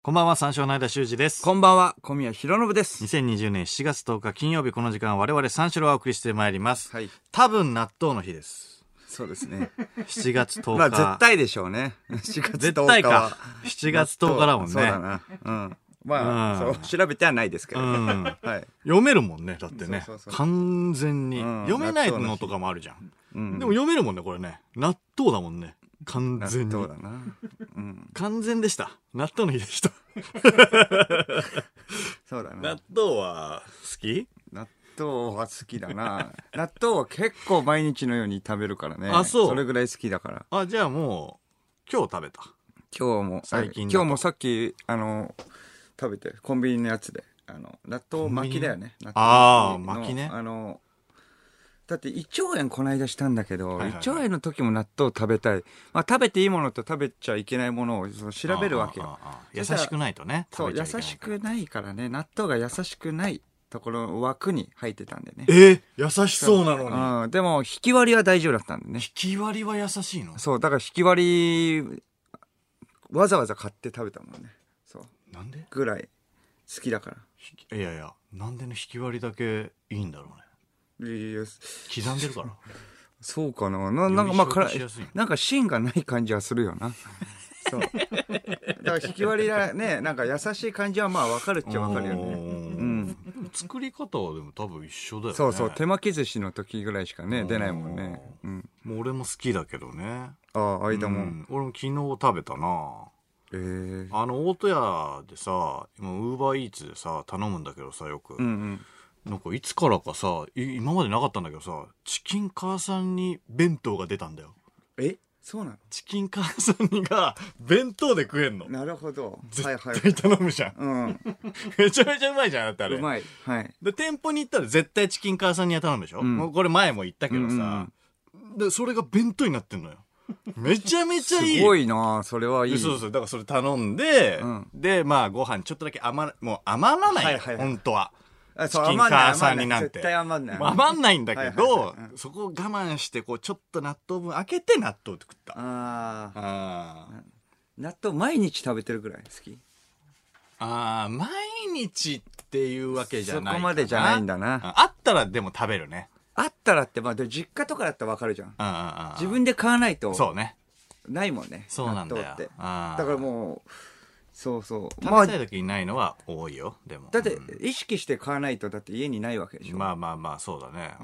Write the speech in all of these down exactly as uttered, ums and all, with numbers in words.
こんばんは、三四郎の間修二です。 こんばんは、小宮浩信です。 にせんにじゅうねんしちがつとおか金曜日、この時間我々三四郎をお送りしてまいります。 はい。 多分納豆の日です。 そうですね。 しちがつとおか。 まあ絶対でしょうね。しちがつとおかは。 絶対か。しちがつとおかだもんね。 そうだな。うん。まあ、 うん、 そう調べてはないですけど、ね。うん。はい。 読めるもんね、だってね。 そうそうそう完全に、うん。読めないのとかもあるじゃん。うん、でも読めるもんね、これね。納豆だもんね。完全に。 納豆だな。 うん。完全でした。納豆の日でした。 そうだな。 納豆は好き？ 納豆は好きだな。納豆は結構毎日のように食べるからね。 あ、そう。 それぐらい好きだから。 あ、じゃあもう今日食べた。 今日も最近。今日もさっきあの食べてコンビニのやつであの納豆巻きだよね。納豆ああ巻きね。 あのだって胃腸炎この間したんだけど、はいはいはい、胃腸炎の時も納豆食べたい、まあ、食べていいものと食べちゃいけないものを調べるわけよ。 ああああ優しくないとね。 そう優しくないからね、納豆が優しくないところの枠に入ってたんでね。 えー、優しそうなのに。 うん、でも引き割りは大丈夫だったんでね。 引き割りは優しいの？ そうだから引き割りわざわざ買って食べたもんね。そうなんでぐらい好きだから。 いやいやなんでの引き割りだけいいんだろうね。刻んでるからそうかな、ななんかまあからなんか芯がない感じはするよな。そうだから引き割りがね、なんか優しい感じはまあ分かるっちゃ分かるよね。うん、 作り方はでも多分一緒だよね。 そうそう、手巻き寿司の時ぐらいしかね出ないもんね。うん、 もう俺も好きだけどね。 ああ間も、うん、 俺も昨日食べたな。えー、あの大戸屋でさ、今ウーバーイーツでさ頼むんだけどさ、よく、うんうん、なんかいつからかさ、今までなかったんだけどさ、チキン母さんに弁当が出たんだよ。 え、そうなの？ チキン母さんにが弁当で食えんの。 なるほど。 絶対頼むじゃん。 うん。 めちゃめちゃうまいじゃん、だってあれ。 うまい。はい。 で、店舗に行ったら絶対チキン母さんには頼むでしょ、うん、もうこれ前も言ったけどさ、うんうん、で、それが弁当になってんのよ。めちゃめちゃいい。 すごいな、それはいい。 そうそう、だからそれ頼んで、うん、で、まあご飯ちょっとだけ余ら、もう余らないよ、はいはいはい、本当は。チキン母さんになんて絶対余んない余んないんだけど、はいはいはい、そこを我慢してこうちょっと納豆分開けて納豆って食った。ああ納豆毎日食べてるぐらい好き？ ああ毎日っていうわけじゃないかな。 そこまでじゃないんだな。 あったらでも食べるね。 あったらってまあ実家とかだったら分かるじゃん。あ自分で買わないとそうねないもんね。 そうなんだよ。 ってだからもうそうそう食べたい時にないのは多いよ。でもだって意識して買わないとだって家にないわけでしょ。 まあまあまあそうだね。 うん、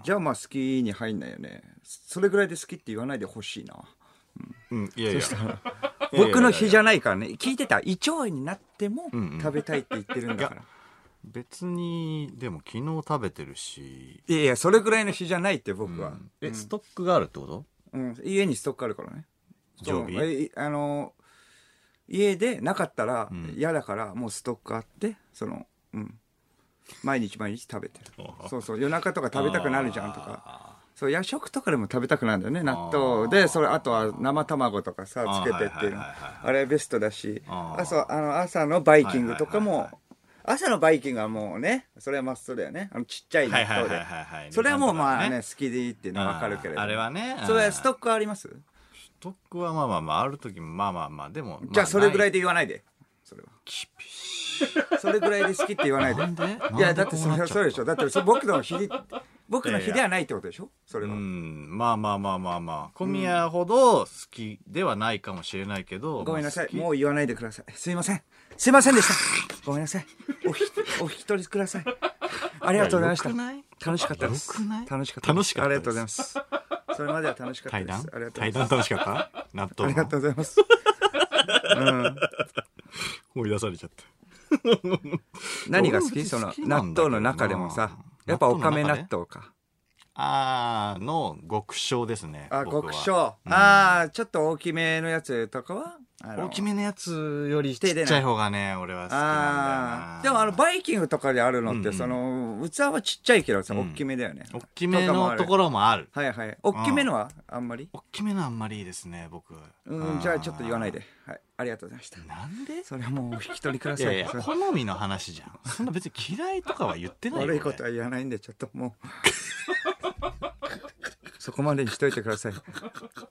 じゃあまあ好きに入んないよね。それぐらいで好きって言わないでほしいな。 うん、うん、いやいや僕の日じゃないからね。聞いてた胃腸炎になっても食べたいって言ってるんだから、 うん、別にでも昨日食べてるし。 いやいやそれぐらいの日じゃないって僕は、うん、 え、うん、ストックがあるってこと？ うん、家にストックあるからね。 常備？ あの家でなかったら嫌だから、もうストックあってその、うん、毎日毎日食べてる。そうそう夜中とか食べたくなるじゃんとか、そう夜食とかでも食べたくなるんだよね納豆で。それあとは生卵とかさつけてっていうのあれベストだし、朝あの朝のバイキングとかも、朝のバイキングはもうねそれはマストだよね。あのちっちゃい納豆でそれはもうまあね好きでいいっていうのは分かるけれど、 あれはねそれはストックあります？ ストックはまあまあまあある時もまあまあまあでも、 じゃあそれぐらいで言わないで。それは厳しい。 それぐらいで好きって言わないで。 なんで？ いやだってそれはそうでしょ。だってそ僕の日僕の日ではないってことでしょそれは。 うんまあまあまあまあまあ小宮ほど好きではないかもしれないけど、 ごめんなさいもう言わないでください。すいませんすいませんでした。ごめんなさい。おひお引き取りください。ありがとうございました。楽しかったです。楽しかった楽しかった。 ありがとうございます。それまでは楽しかったです。 対談対談楽しかった？納豆ありがとうございます。うん、 追い出されちゃった。 何が好き？その納豆の中でもさ、やっぱおかめ納豆か。 あーの極小ですね。 あ極小、うん、ああちょっと大きめのやつとかは大きめのやつよりちっちゃい方がね俺は好きなんだよな。 でもあのバイキングとかであるのって、うんうん、その器はちっちゃいけどさ、うん、大きめだよね。 大きめのところもある。 はいはい。大きめのはあんまり？ 大きめのあんまりいいですね僕。 うんじゃあちょっと言わないで。はい、ありがとうございました。 なんで？ それはもうお引き取りください。 いやいや好みの話じゃん。そんな別に嫌いとかは言ってないよ。 悪いことは言わないんでちょっともうそこまでにしといてください。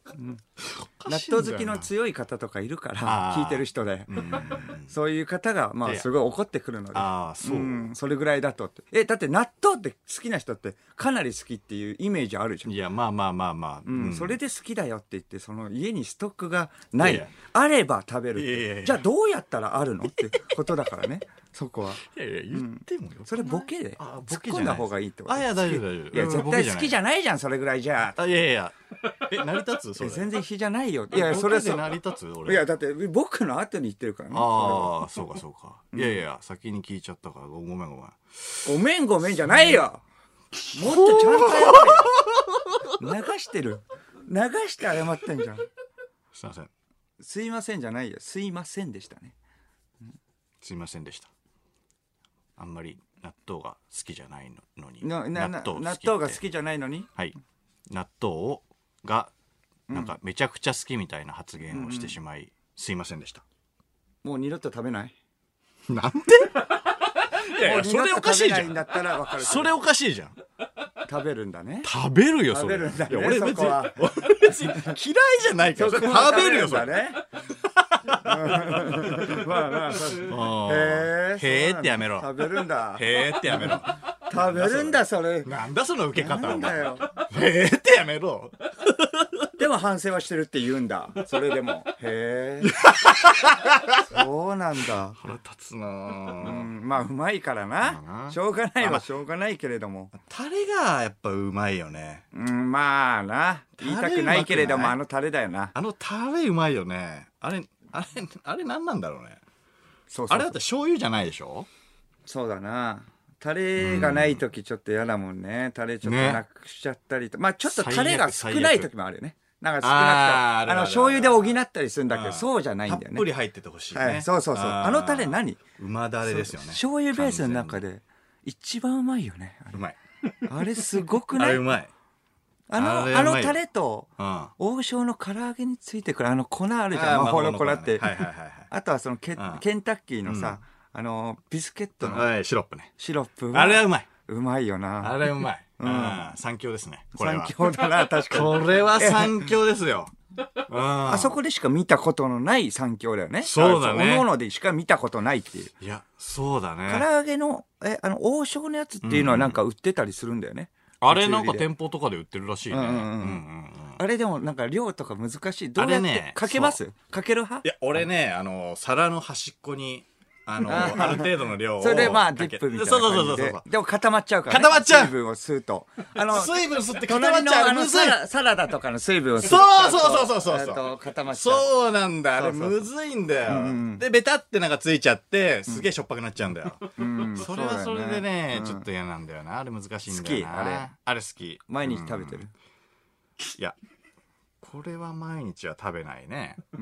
うん、納豆好きの強い方とかいるから聞いてる人で、うん、そういう方がまあすごい怒ってくるので、あそう、うん、それぐらいだとってえだって納豆って好きな人ってかなり好きっていうイメージあるじゃん。 いやまあまあまあまあ、 うんうん、それで好きだよって言ってその家にストックがない、いやいやあれば食べるって、いやいやいやじゃあどうやったらあるのってことだからねそこは。 いやいや言ってもよ、うん、 それボケで突っ込んだ方がいいってこと。 あいや大丈夫大丈夫。 いや絶対好きじゃないじゃんそれぐらいじゃあ。 いやいやえ成り立つそれ。 全然比じゃないよ。いやそれは成り立つ俺。 いやだって僕の後に言ってるからね。 ああそうかそうか、うん、いやいや先に聞いちゃったからごめんごめんごめんごめんじゃないよ。もっとちゃんと謝れよ。流してる流して謝ってんじゃん。 すいませんすいませんじゃないよすいませんでしたね、 うん、すいませんでした。あんまり納豆が好きじゃないのになな納豆納豆が好きじゃないのにはい納豆をがなんかめちゃくちゃ好きみたいな発言をしてしまい、うんうん、すいませんでした。 もう二度と食べない。 なんでいやいやそれおかしいじゃん。それおかしいじゃん。 食べるんだね。 食べるよそれ。 食べるんだね。 いや俺別には別に嫌いじゃないから食べるよそれ。ね。まあまあそうへーへーってやめろ。 食べるんだ。 へーってやめろ。 食べるんだそれ。 なんだその受け方。 なんだよ。 へーってやめろ。 でも反省はしてるって言うんだ。それでもへえ。そうなんだ。 腹立つな、うん、まあうまいからな。しょうがないはしょうがないけれども。 タレがやっぱうまいよね。 うん、まあな。言いたくないけれどもあのタレだよな。 あのタレうまいよね。あれあれあれ何なんだろうね。そうそうそうあれだって醤油じゃないでしょ。 そうだな。タレがない時ちょっと嫌だもんね。タレちょっとなくしちゃったりと、ね、まあちょっとタレが少ない時もあるよね。なんか少なくてあの醤油で補ったりするんだけどそうじゃないんだよね。 たっぷり入っててほしいね、はい、 そうそうそう。あ, あのタレ何馬タレですよね。醤油ベースの中で一番うまいよね。 うまい。 あれすごくない？ あれうまい。 あのあのタレと王将の唐揚げについてくるあの粉あるじゃん。魔法の粉って。あとはその ケ, ケンタッキーのさ、うん、あのビスケットの、 はい、シロップね。 シロップあれはうまい。 うまいよな。 あれうまい。うん、三強ですね。これは三強だな確かに。 これは三強ですよ。 あそこでしか見たことのない三強だよね。 そうだね。 おのおのでしか見たことないっていう。 いや、そうだね。 唐揚げのえあの王将のやつっていうのはなんか売ってたりするんだよね。 うん、あれなんか店舗とかで売ってるらしいね。 あれでもなんか量とか難しい。どうやってかけます？かける派？ いや俺ねあの皿の端っこに。あのある程度の量をそれでまあディップみたいな感じで。そうそうそうそう。でも固まっちゃうからね。 固まっちゃう。 水分を吸うと。 あの水分吸って固まっちゃう。 あのサラダとかの水分を吸う。 そうそうそうそうそう。 固まっちゃう。 そうなんだ。あれむずいんだよ。でベタってなんかついちゃってすげえしょっぱくなっちゃうんだよ。それはそれでねちょっと嫌なんだよな。あれ難しいんだよな。 好きあれ。 あれ好き。 毎日食べてる。 いやこれは毎日は食べないね。うん。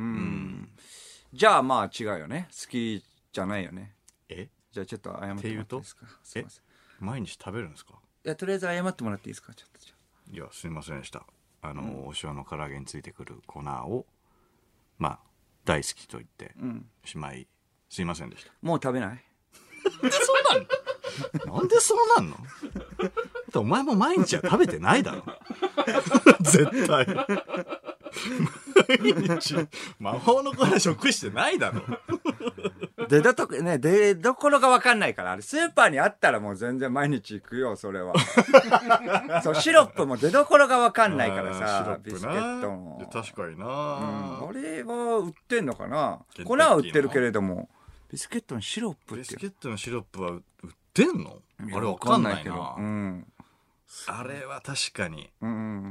じゃあまあ違うよね。好きじゃないよね。 えじゃあちょっと謝ってもらっていいですか。 すいません。毎日食べるんですか。 いやとりあえず謝ってもらっていいですか。ちょっとじゃあ。いやすいませんでした。あの、うん、お塩の唐揚げについてくる粉をまあ大好きと言ってしまい、うん、すいませんでした。 もう食べない。 なんでそうなんの。なんでそうなんの。お前も毎日は食べてないだろ。絶対。毎日魔法の粉食してないだろ。 出どとね出どころが分かんないからあれスーパーにあったらもう全然毎日行くよそれは。そうシロップも出どころが分かんないからさビスケットの。 確かにな、うん、 あれは売ってんのかな。粉は売ってるけれどもビスケットのシロップってビスケットのシロップは売ってんの。あれ分かんないけど、うん、あれは確かに、うん、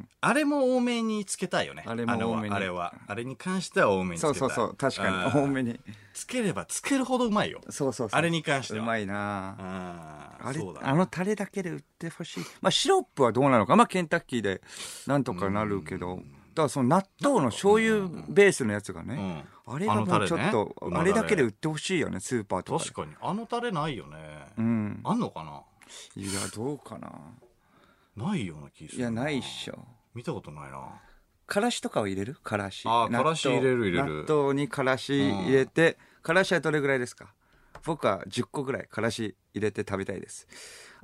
あれも多めにつけたいよね。あれも多めに。あれはあれに関しては多めにつけたい。 そうそうそう確かに多めにつければつけるほどうまいよ。 そうそうそうあれに関してはうまいなあ。あれあのタレだけで売ってほしい。まあシロップはどうなのか。まあケンタッキーでなんとかなるけど、だからその納豆の醤油ベースのやつがね、うん、あれがもうちょっと あ,、ね、あれだけで売ってほしいよねスーパーとか。 確かにあのタレないよね。うん、あんのかな。 いやどうかな。 ないような気する。 いやないっしょ。 見たことないな。 からしとかを入れる。からし。 ああからし入れる入れる。 納豆にからし入れて、うん、からしはどれぐらいですか。僕はじゅっこぐらいからし入れて食べたいです。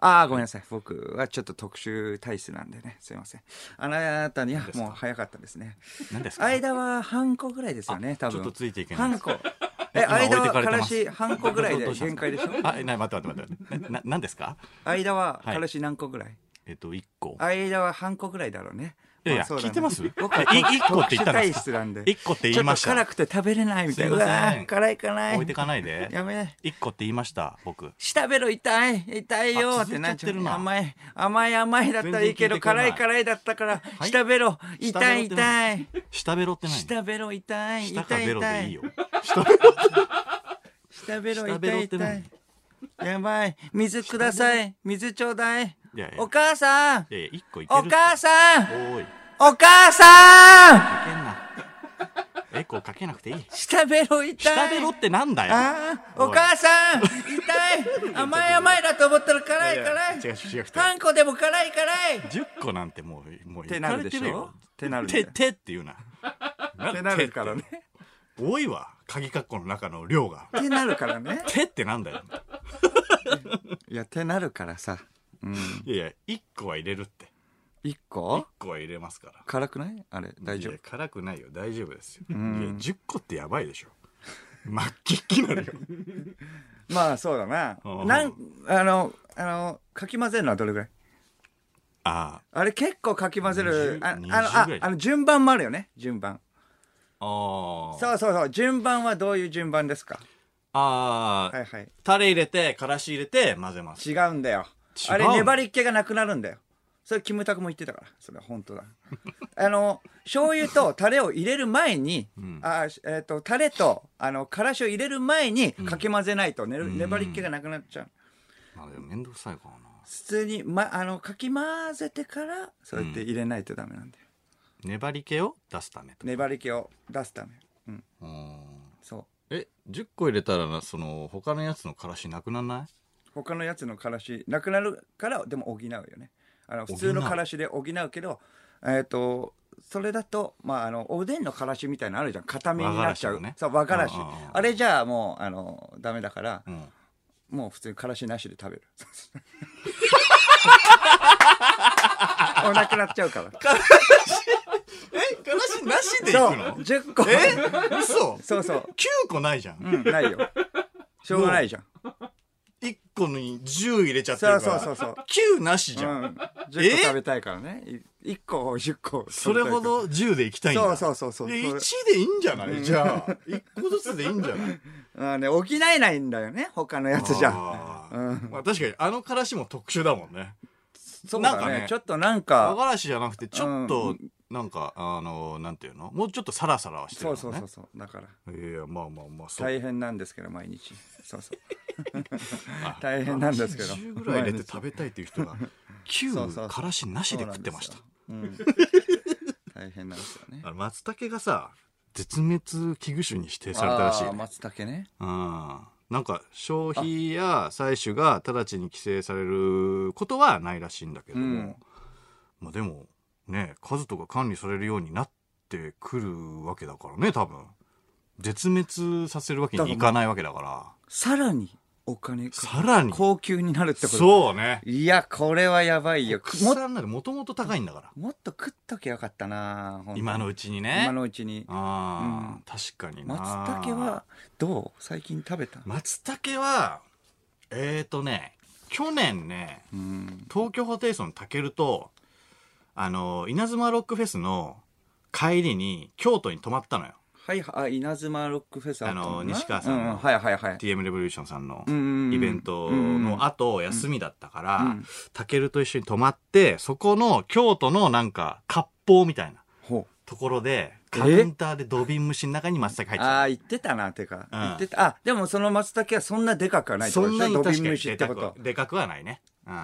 ああ、ごめんなさい。僕はちょっと特殊体質なんでね。すいません。あなたにはもう早かったですね。 何ですか？ 間は半個ぐらいですよね、多分。 ちょっとついていけない。 半個。え、間はからし半個ぐらいで限界でしょ？ あ、な、待って待って待って。な、何ですか？ 間はからし何個ぐらい？ えっと、いっこ。 間は半個ぐらいだろうね。 いやいや、聞いてます？ 僕はいっこって言ったんですか？いっこって言いました。 ちょっと辛くて食べれないみたいな。うわー、辛いかない。 置いてかないで。 やめ。 いっこって言いました、僕。 舌ベロ痛い、痛いよってなっちゃってるな。甘い、甘い甘いだったらいいけど、辛い辛いだったから、舌ベロ痛い痛い。 舌ベロって何？ 舌ベロ痛い、 舌かベロでいいよ。 舌ベロ。舌ベロ痛い痛い。やばい、水ください。水ちょうだい。お母さん。 いやいや、いっこいける。 お母さん。 おい。 お母さん。 かけんな。エコーかけなくていい。 舌ベロ痛い。 舌ベロってなんだよ。 ああ、お母さん痛い。甘い甘いだと思ったら辛い辛い。 違う違う。 何個でも辛い辛い。 じゅっこなんてもう、もう手なるでしょ。手なる。 手、手って言うな。 手なるからね。 多いわ。鍵括弧の中の量が。 手なるからね。 手ってなんだよ。 いや、手なるからさ。 いやいや、いっこは入れるって。 いっこ ?いっ個は入れますから。 辛くない？あれ、大丈夫？ 辛くないよ。大丈夫ですよ。いや、じゅっこってやばいでしょ。まっきっきなるよ。 まあ、そうだな。なん、あの、あの、かき混ぜるのはどれぐらい？ ああ。あれ結構かき混ぜる。あの、あ、あの、順番もあるよね。順番。 ああ。 そうそうそう。順番はどういう順番ですか？ ああ。 はいはい。 タレ入れて、からし入れて、混ぜます。 違うんだよ。あれ、粘り気がなくなるんだよ。それ、キムタクも言ってたから。それは本当だ。あの、醤油とタレを入れる前に、うん、あえっ、ー、と、タレと、あの、からしを入れる前に、かき混ぜないと、ね、うん、粘り気がなくなっちゃう。 まあ、でもめんどくさいかな。 普通に、ま、あの、かき混ぜてから、そうやって入れないとダメなんだよ。 うん、粘り気を出すためと。 粘り気を出すため。うん。 うん。 そう。 え、じゅっこ入れたらな、その、他のやつのからしなくなんない？ 他のやつのからし、なくなるから、でも補うよね。あの普通のからしで補うけど、えっと、それだと、まあ、あの、おでんのからしみたいなのあるじゃん。固めになっちゃう。ね、そう、和からし。あれじゃあもう、あの、ダメだから、うん、もう普通にからしなしで食べる。おなくなっちゃうから。からし、 え、からしなしでいくの？ そう、じゅっこ。 え？嘘？そうそう。 きゅうこないじゃん。 うん、ないよ。しょうがないじゃん。 いっこにじゅう入れちゃってるから。 そうそうそうそう。 きゅうなしじゃん。うん、 じゅっこ食べたいからね。いっこをじゅっこ。 それほどじゅうでいきたいんだ。 そうそうそうそう。 いちでいいんじゃない？じゃあ。いっこずつでいいんじゃない？ あね、補えないんだよね。他のやつじゃ。 うん、まあ確かにあのからしも特殊だもんね。 そうだね。なんかね、ちょっとなんか。 和からしじゃなくて、ちょっと、なんか、あの、なんていうの？もうちょっとサラサラはしてるもんね。 そうそうそうそう。だから。 いや、まあまあまあ、 大変なんですけど、毎日。そうそう。大変なんですけど。 じゅうぐらい入れて食べたいっていう人が、きゅうからしなしで食ってました。 大変なんですよね。 松茸がさ、絶滅危惧種に指定されたらしい。 ああ、松茸ね。 うん。なんか消費や採取が直ちに規制されることはないらしいんだけども、うん、まあでもね、数とか管理されるようになってくるわけだからね、多分絶滅させるわけにいかないわけだから、 さらにお金かさらに高級になるってこと。 そうね。 いや、これはやばいよ。 国産なんでもともと高いんだから、 もっと食っときゃよかったな。 今のうちにね。 今のうちに。 ああ、うん、確かにな。 松茸はどう？最近食べた？ 松茸はえーとね、去年ね、うん、東京ホテイソンたけるとあの稲妻ロックフェスの帰りに京都に泊まったのよ。 はいはい、稲妻ロックフェスあの西川さんの ティーエム レボリューションさんのイベントの後休みだったからたけると一緒に泊まって、そこの京都のなんか割烹みたいなところでカウンターで土瓶蒸しの中に松茸入ってた。 ああ、言ってたな。てか、うん、言ってた。あ、でもその松茸はそんなでかくはないってことでしょ。土瓶蒸しってこと。 でかくはないね。うん。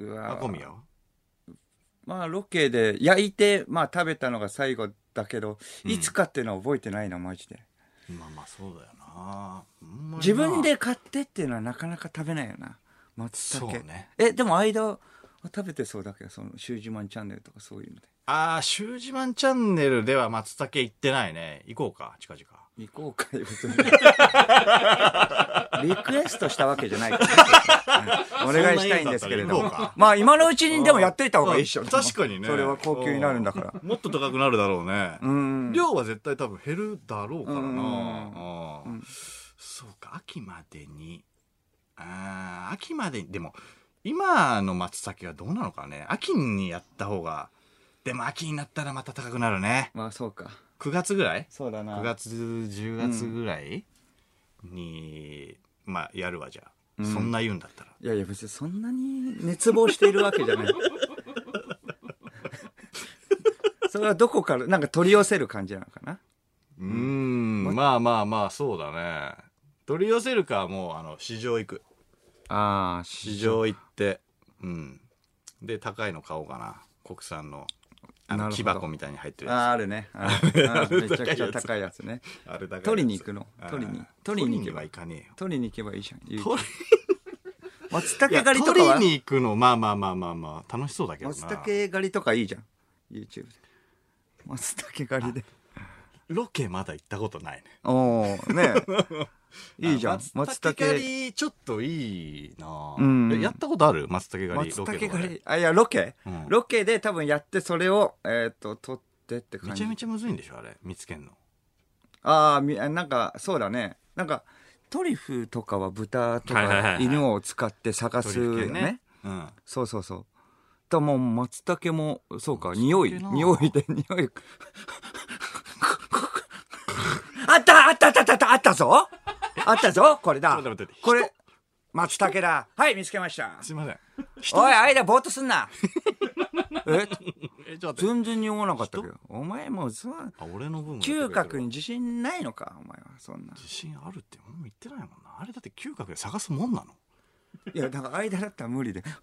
うわ。あ、ゴミよ。 まあロケで焼いてまあ食べたのが最後だけど、うん、いつかっていうのは覚えてないな、マジで。 まあまあそうだよな。 自分で買ってっていうのはなかなか食べないよな、松茸。 そうね。 え、でも間は食べてそうだけど、そのシュージマンチャンネルとかそういうので。 ああ、シュージマンチャンネルでは松茸行ってないね。行こうか、近々。 行こうかよ別にリクエストしたわけじゃないから、ね、お願いしたいんですけれども、まあ今のうちにでもやっといた方がいいっしょ。 確かにね、 それは高級になるんだからもっと高くなるだろうね。 うん、 量は絶対多分減るだろうからな。うん、 うん、 そうか、秋までに、あ秋までにでも今の松茸はどうなのかね。秋にやった方が、でも秋になったらまた高くなるね。 まあそうか、 くがつぐらい、 そうだな、 くがつじゅうがつぐらいに、うん、まあやるわ。じゃあ、うん、そんな言うんだったら、 いやいや別にそんなに熱望しているわけじゃないそれはどこからなんか取り寄せる感じなのかな。 うーん、まあまあまあそうだね。取り寄せるか、もうあの市場行く。 ああ、 市場行って、うん、で高いの買おうかな。国産のあの木箱みたいに入ってるやつ。 ああるね、ああめちゃくちゃ高いやつね。 あれ高いやつ。 取りに行くの。取りに取りに行けばいかねえよ。 取りに行けばいいじゃん。 取り松茸狩りとかは取りに行くの、まあまあまあまあまあ楽しそうだけどな。 松茸狩りとかいいじゃん YouTube で。松茸狩りでロケまだ行ったことないね。 おおねいいじゃん。 松茸狩りちょっといいな、うん、やったことある？松茸狩り。 松茸狩り、あ、いやロケ、うん、ロケで多分やってそれをえっ、ー、と撮ってって感じ。 めちゃめちゃむずいんでしょあれ見つけんの。 ああ、なんかそうだね。なんかトリュフとかは豚とか犬を使って探すよね。ね、うん、そうそうそう。ともう松茸もそうか、匂い匂いで匂いあったあったあったあったあったぞあったぞ、これだ、これ松茸だ。はい、見つけました。 すいません。 おい、間ぼーっとすんなええちょっと全然匂わなかったけど、お前もうそあ俺の分嗅覚に自信ないのかお前は。そんな自信あるってもう言ってないもんな。あれだって嗅覚で探すもんなの。 いやだから間だったら無理で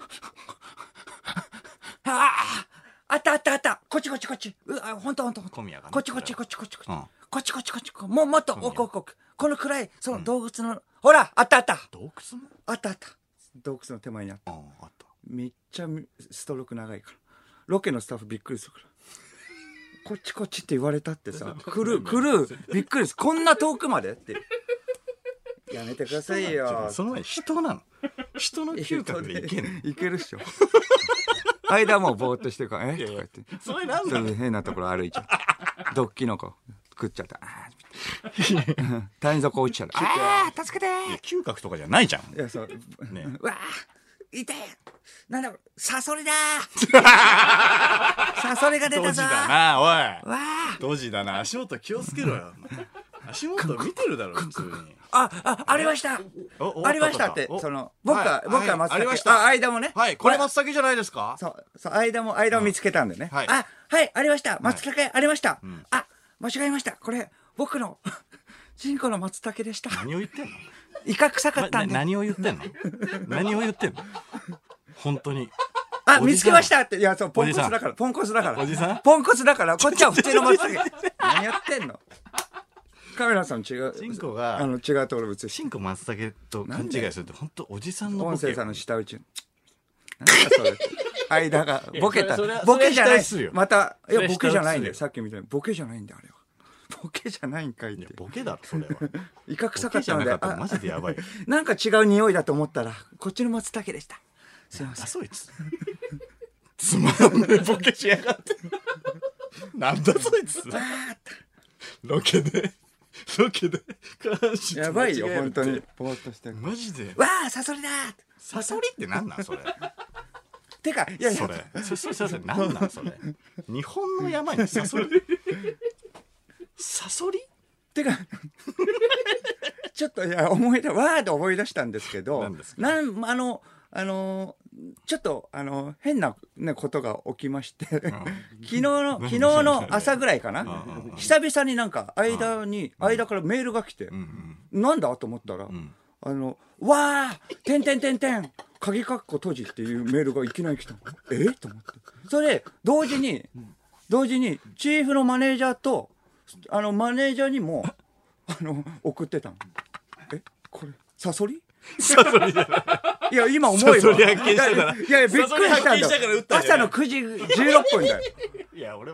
あああったあったあった、こっちこっちこっち、うわほんとほんとこっちこっちこっちこっちこっち、うん、こっちこっちこっち、もうもっと奥奥奥、この暗いその洞窟の、うん、ほらあったあった、 洞窟のあったあった、洞窟の手前にあった、 うん、あった。 めっちゃストローク長いからロケのスタッフびっくりするからこっちこっちって言われたってさ来る来るびっくりです、こんな遠くまでってやめてくださいよ。 その前に人なの人の嗅覚でいけんのいけるっしょ間もうぼーっとしてるからえとか言ってそれなんだろう、 変なところ歩いちゃってドッキノコ食っちゃった谷底落ちちゃったあー助けてー。 嗅覚とかじゃないじゃん。 いやそうねうわー痛いなんだろうサソリだーサソリが出たぞー。 ドジだなおい。 わードジだな。足元気をつけろよ足元見てるだろ普通に。 あ、あ、ありました。ありましたって、その、僕は、僕は松茸。あ、間もね。 はい、これ松茸じゃないですか？ そう、そう、間も、間を見つけたんでね。あ、はい、ありました。松茸ありました。あ、間違えました。これ、僕の、チンコの松茸でした。 何を言ってんの？ イカ臭かったんで。 何を言ってんの？何を言ってんの？本当に。 あ、見つけましたって。いや、そう、ポンコツだから。ポンコツだから。 おじさん？ ポンコツだから、こっちは普通の松茸。何やってんの？カメラさん違う。 チンコがあの違うところ映して。 チンコ松茸と勘違いすると本当おじさんのボケ。 音声さんの下打ち。なんだそれ。間がボケた。ボケじゃない。またいやボケじゃないんだよ。さっきみたいにボケじゃないんだよあれは。ボケじゃないんかいって。 ボケだろそれは。 威嚇臭かったので。 マジでやばい。 なんか違う匂いだと思ったらこっちの松茸でした。すいません。 そいつ。つまんねえボケしやがって。なんだそいつ。ロケで。ロケでやばいよ本当にぼーっとしてる。 マジでわあサソリだサソリってなんなんそれてかいやいやそれそそそそなんなんそれ日本の山にサソリサソリてかちょっといや思い出わーって思い出したんですけどなんですかなんあのあのちょっとあの変な、ね、ことが起きまして昨日の昨日の朝ぐらいかな久々になんか間に間からメールが来てなんだと思ったらあのわーてんてんてんてん鍵括弧閉じっていうメールがいきなり来たのえと思ってそれ同時に同時にチーフのマネージャーとあのマネージャーにもあの送ってたのえこれサソリサソリじゃないいや今思えばサソリ発見したからいやいやびっくりしたんだ朝のくじじゅうろっぷんだよいや俺も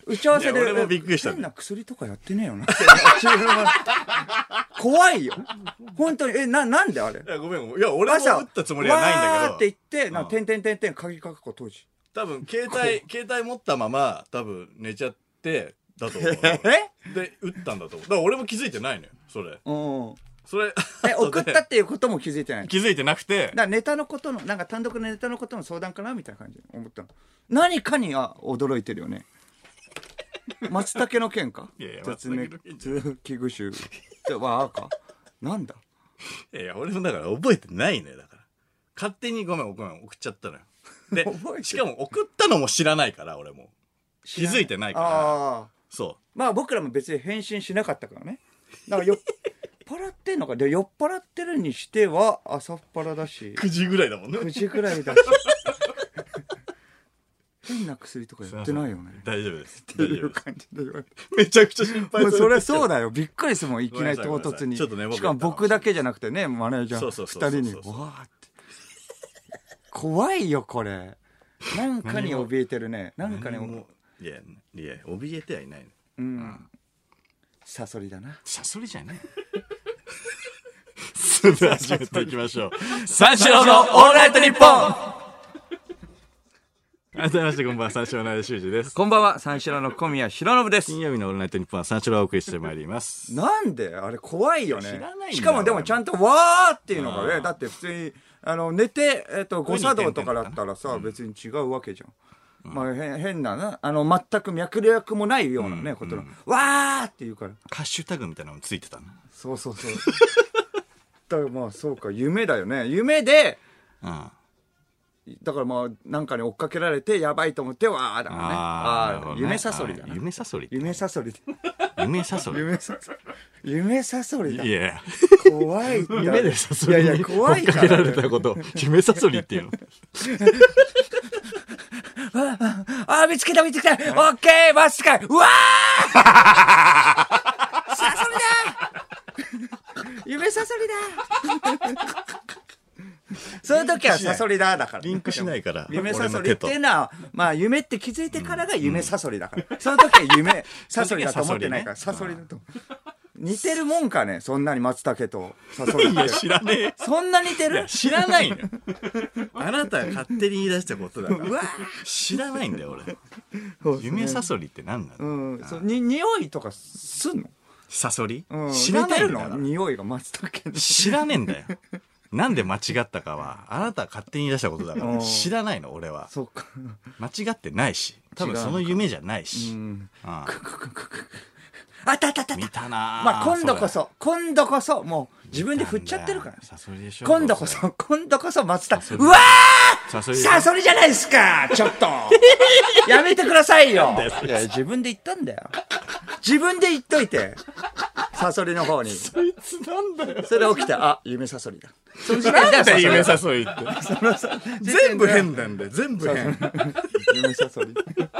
打ち合わせで俺もびっくりした、ね、 変な薬とかやってねえよな怖いよ本当に。えななんであれ。 いやごめんごめん、いや俺も打ったつもりはないんだけど、 わーって言ってな、てんてんてんてん鍵かく子当時多分携帯携帯持ったまま多分寝ちゃってだと思うで打ったんだと思う。だから俺も気づいてないのよそれ。 うんそれえ送ったっていうことも気づいてない。 気づいてなくて、 だからネタのことのなんか単独のネタのことの相談かなみたいな感じで思ったの。何かには驚いてるよね。松茸の件か。 いやいや絶滅危惧種はかなんだ。 いやいや俺もだから覚えてないのよ。だから勝手にごめんごめん送っちゃったのよ。でしかも送ったのも知らないから俺も気づいてないから。あそうまあ僕らも別に返信しなかったからね。だからよ酔っ払ってんのか。で酔っ払ってるにしては朝っぱらだしくじぐらいだもんね。 くじぐらいだし変な薬とかやってないよね。 大丈夫ですっていう感じで言われてめちゃくちゃ心配する。 そりゃそうだよ。びっくりするもんいきなり唐突に。 ちょっとね、 しかも僕だけじゃなくてねマネージャーふたりにわーって怖いよこれ。なんかに怯えてるね。なんかにいやいや怯えてはいないの。 うん、うん、サソリだな。 サソリじゃないそれでは始めていきましょう。三四郎のオールナイトニッポン。改めましてこんばんは、三四郎の間修二です。 こんばんは、三四郎の小宮浩信です。 金曜日のオールナイトニッポンは三四郎をお送りしてまいります。 なんであれ怖いよね。 知らないんだ。 しかもでもちゃんとわーっていうのがね、だって普通にあの寝て、えっと、誤作動とかだったらさ、うん、別に違うわけじゃん。うん、まあ変、変なな、あの全く脈略もないようなね、うん、ことの、うん、わーっていうから。 ハッシュタグみたいなのついてたな。 そうそうそう。だからまあそうか、夢だよね。夢で、うんだからまあなんかに追っかけられてやばいと思ってわーだからね。ああ、夢サソリだな。 夢サソリ。 夢サソリ。 夢サソリ。 夢サソリ。夢サソリだ。 いや怖い。 夢でサソリに追っかけられたこと夢サソリっていうの。 ああ見つけた見つけた。オッケーマスカうわー。サソリだ。夢サソリだ。そういう時はサソリだだからリンクしないから夢サソリっていうのはまあ夢って気づいてからが夢サソリだから、うん、その時は夢サソリだと思ってないからサソリだと似てるもんかね。そんなに松茸とサソリって。 いや知らねえ。 そんな似てる。 知らないの。あなたが勝手に言い出したことだからうわ知らないんだよ俺、ね、夢サソリって何なの、 うん、そうに匂いとかすんのサソリ、 うん、 知らないの匂いが松茸に知らねえんだよ。なんで間違ったかはあなたが勝手に言い出したことだから知らないの俺は。 そうか間違ってないし多分その夢じゃないし。うんああったあったあった見たな。 まあ今度こそ今度こそもう自分で振っちゃってるからサソリでしょ。 今度こそ今度こそ松茸うわーサソリサソリじゃないですか。ちょっとやめてくださいよ。いや自分で言ったんだよ。自分で言っといてサソリの方にそいつなんだよ。 それ起きてあ夢サソリだ。 そのなんだ夢サソリって全部変なんだよ全部変夢サソリ、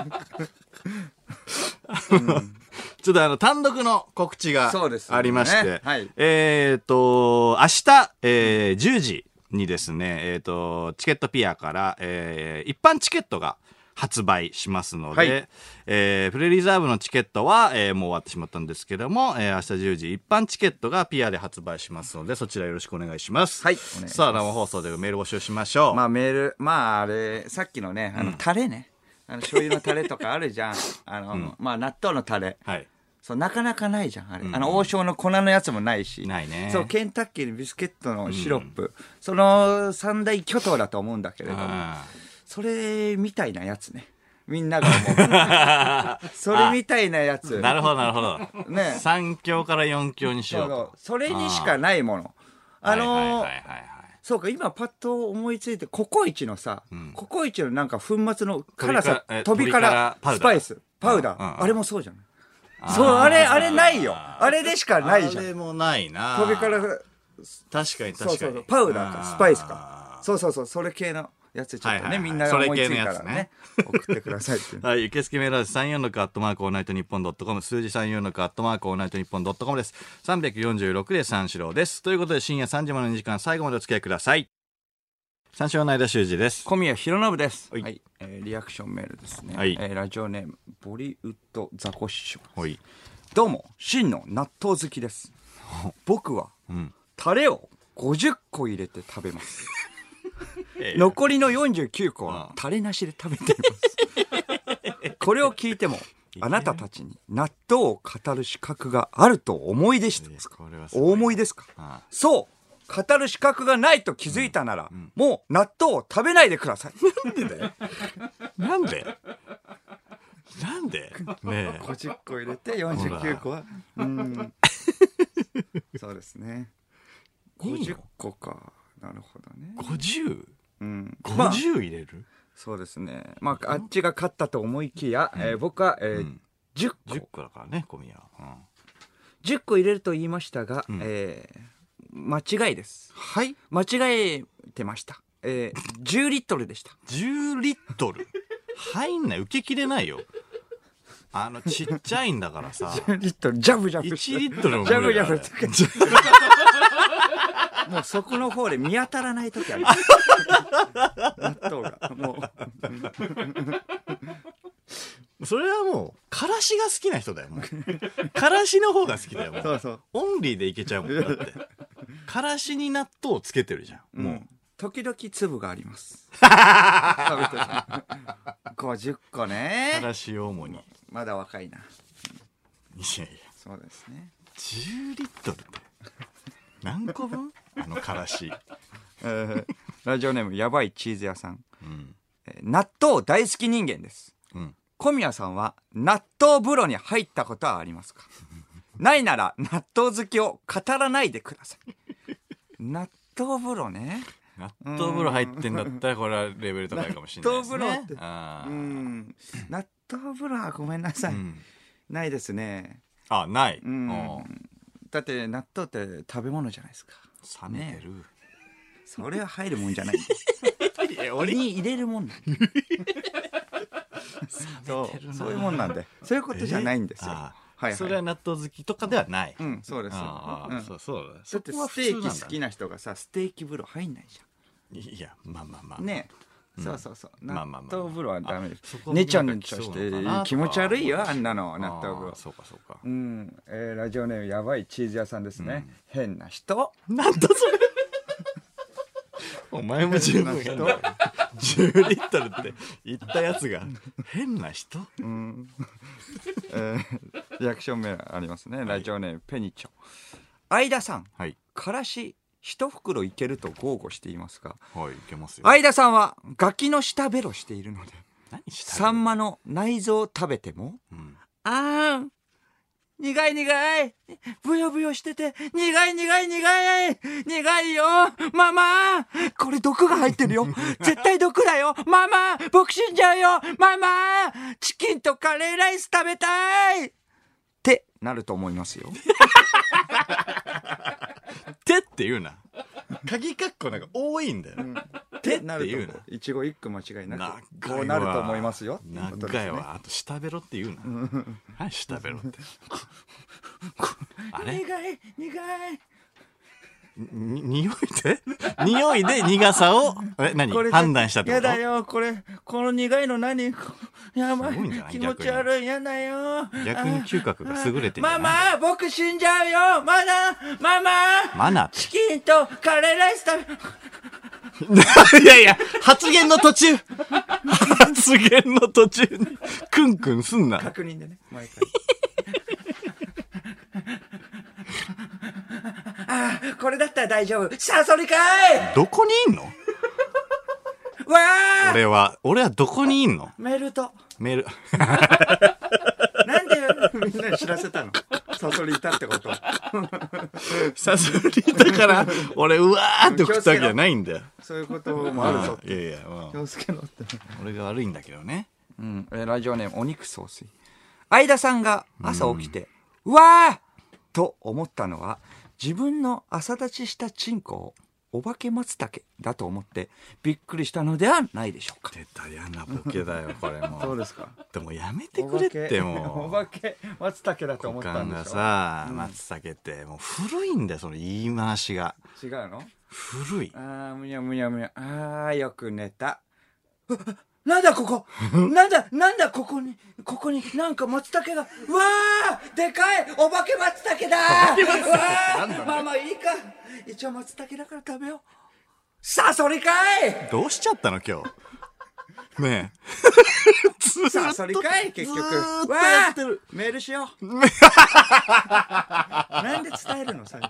うんちょっとあの単独の告知がありまして、ねはい、えっ、ー、と明日、えー、じゅうじにですね、えっ、ー、とチケットピアから、えー、一般チケットが発売しますので、はい、えー、プレリザーブのチケットは、えー、もう終わってしまったんですけども、えー、明日じゅうじ一般チケットがピアで発売しますのでそちらよろしくお願いします。 はい。 さあ生放送でメール募集しましょう。 まあメールまああれさっきのねあのタレね、うん、あの醤油のタレとかあるじゃんあの、うん、まあ納豆のタレ。はい。そうなかなかないじゃんあれ、うん、あの王将の粉のやつもないしないね。 そうケンタッキーのビスケットのシロップ、うん、その三大巨頭だと思うんだけれどもそれみたいなやつねみんなが思うそれみたいなやつなるほどなるほど、ね、さん強からよん強にしようと。 そうそれにしかないものあのーそうか今パッと思いついてココイチのさ、うん、ココイチのなんか粉末の辛さ飛びからスパイスパウダー、うんうん、あれもそうじゃないそうあれあれないよあれでしかないじゃん。 あれもないな。 飛びから確かに確かにそうそうそうパウダーかスパイスかそうそうそうそれ系のやつちょっとね、はいはいはい、みんなが思いついたら ね, ね送ってくださいってはい受付メールはさんよんろくアットマークオールナイトニッポンドットコム数字さんよんろくアットマークオールナイトニッポンドットコムですさんびゃくよんじゅうろくで三四郎ですということで深夜さんじまでのにじかん最後までお付き合いください。 三四郎の間修二です。 小宮弘信です。 はい、 はい、えー、リアクションメールですね。 はい、 えー、ラジオネームボリウッドザコシショウ。 はい、 どうも真の納豆好きです。僕は、うん、タレをごじゅっこ入れて食べます。残りのよんじゅうきゅうこはタレなしで食べています。これを聞いてもあなたたちに納豆を語る資格があるとお思いでしたか？お思いですか？ああ、そう語る資格がないと気づいたなら、うんうん、もう納豆を食べないでください。 なんでだよ。なんでなんでねえ、 ごじゅっこ入れてよんじゅうきゅうこはうんそうですね。ごじゅっこか。なるほどね。 ごじゅう？うん、ごじゅう入れる、まあ、 そうですね。まああっちが勝ったと思いきや、うんえー、僕は、えーうん、じゅっこじゅっこだからね、小宮、うん、 じゅっこ入れると言いましたが、うんえー、間違いです。 はい、 間違えてました。えー、じゅうリットルでした。 じゅうリットル入んない、受けきれないよ。あのちっちゃいんだからさ。 じゅうリットルジャブジャブいちリットルもジャブジャブつけてもうそこの方で見当たらない時ある。納豆がもうそれはもうからしが好きな人だよ。もうからしの方が好きだよ。もうそうそうオンリーでいけちゃうもん。だってからしに納豆をつけてるじゃん、うん、もう時々粒があります。食べてるごじゅっこね。 からしを主にまだ若いな。いやいや、 そうですね。 じゅうリットルって何個分？あのからし、 えー、ラジオネームやばいチーズ屋さん、うんえー、納豆大好き人間です、うん、小宮さんは納豆風呂に入ったことはありますか？ないなら納豆好きを語らないでください。納豆風呂ね。 納豆風呂入ってんだったらこれはレベル高いかもしれないですね。 納豆風呂ってあうん納豆風呂はごめんなさい、うん、ないですね。 あ、ない、 うんだって納豆って食べ物じゃないですか。 冷めてる、ね、 それは入るもんじゃないんで俺に入れるもんなんでそうそういうもんなんでそういうことじゃないんですよ。 はいはい、それは納豆好きとかではない。 うん、そうです。 あ、うん、そうそうだ。 だってステーキ好きな人がさ、ステーキ風呂入んないじゃん。いや、まあまあまあ。 ね、うん、そうそうそう。納豆風呂はダメです。 まあねちゃんとして気持ち悪いよ、あんなの納豆風呂。 そうかそうか。 うん、えー、ラジオネームやばいチーズ屋さんですね。うん、変な人。 なんだそれ。お前も十分変だ。じゅうリットルって言ったやつが変な人。うん。 えー、リアクション名ありますね。ラジオネームペニチョ。相田さん、はい、からし一袋いけると豪語していますが、 はい、いけますよ。 相田さんはガキの舌ベロしているので、サンマの内臓を食べても、うん、あーん苦い苦いブヨブヨしてて苦い苦い苦い苦いよママこれ毒が入ってるよ絶対毒だよママ僕死んじゃうよママチキンとカレーライス食べたいってなると思いますよ。 ってって言うな。鍵カッコなんか多いんだよ、うん、 ってなると言うな。一語一句間違いなくこうなると思いますよ。 長いわ。あと舌ベロって言うな。はい舌ベロってあれ苦い苦いに匂いで匂いで苦さをえ何判断したってこと？ やだよこれこの苦いの何やばい気持ち悪いやだよ。 逆に嗅覚が優れてる。 ママ僕死んじゃうよマナマママナチキンとカレーライス食べいやいや発言の途中発言の途中にクンクンすんな。 確認でね毎回ああこれだったら大丈夫。サソリかい。 どこにいんの？ わあ俺は俺はどこにいんの？ メルトメルなんでみんなに知らせたの？サソリいたってことサソリだから俺うわーって送ったわけじゃないんだよ。 そういうこともあるぞって。 いやいや、まあ、 気をつけろって俺が悪いんだけどね。 うん、ラジオネームお肉総帥。相田さんが朝起きて、うん、うわーと思ったのは自分の朝立ちしたチンコをお化け松茸だと思ってびっくりしたのではないでしょうか。 出た嫌なボケだよこれも。 どうですか。 でもやめてくれってもうお化け松茸だと思ったんでしょ。 股間がさ、うん、松茸ってもう古いんだよその言い回しが。 違うの？ 古い。 ああ、むにゃむにゃむにゃ。ああ、よく寝た。なんだここなんだなんだここに、ここになんか松茸が。うわーでかいお化け松茸だーうわーまあまあいいか。一応松茸だから食べよう。さそりかいどうしちゃったの今日。ねえ。さそりかい結局。 ずーっとやってる。 メールしよう。なんで伝えるの最後。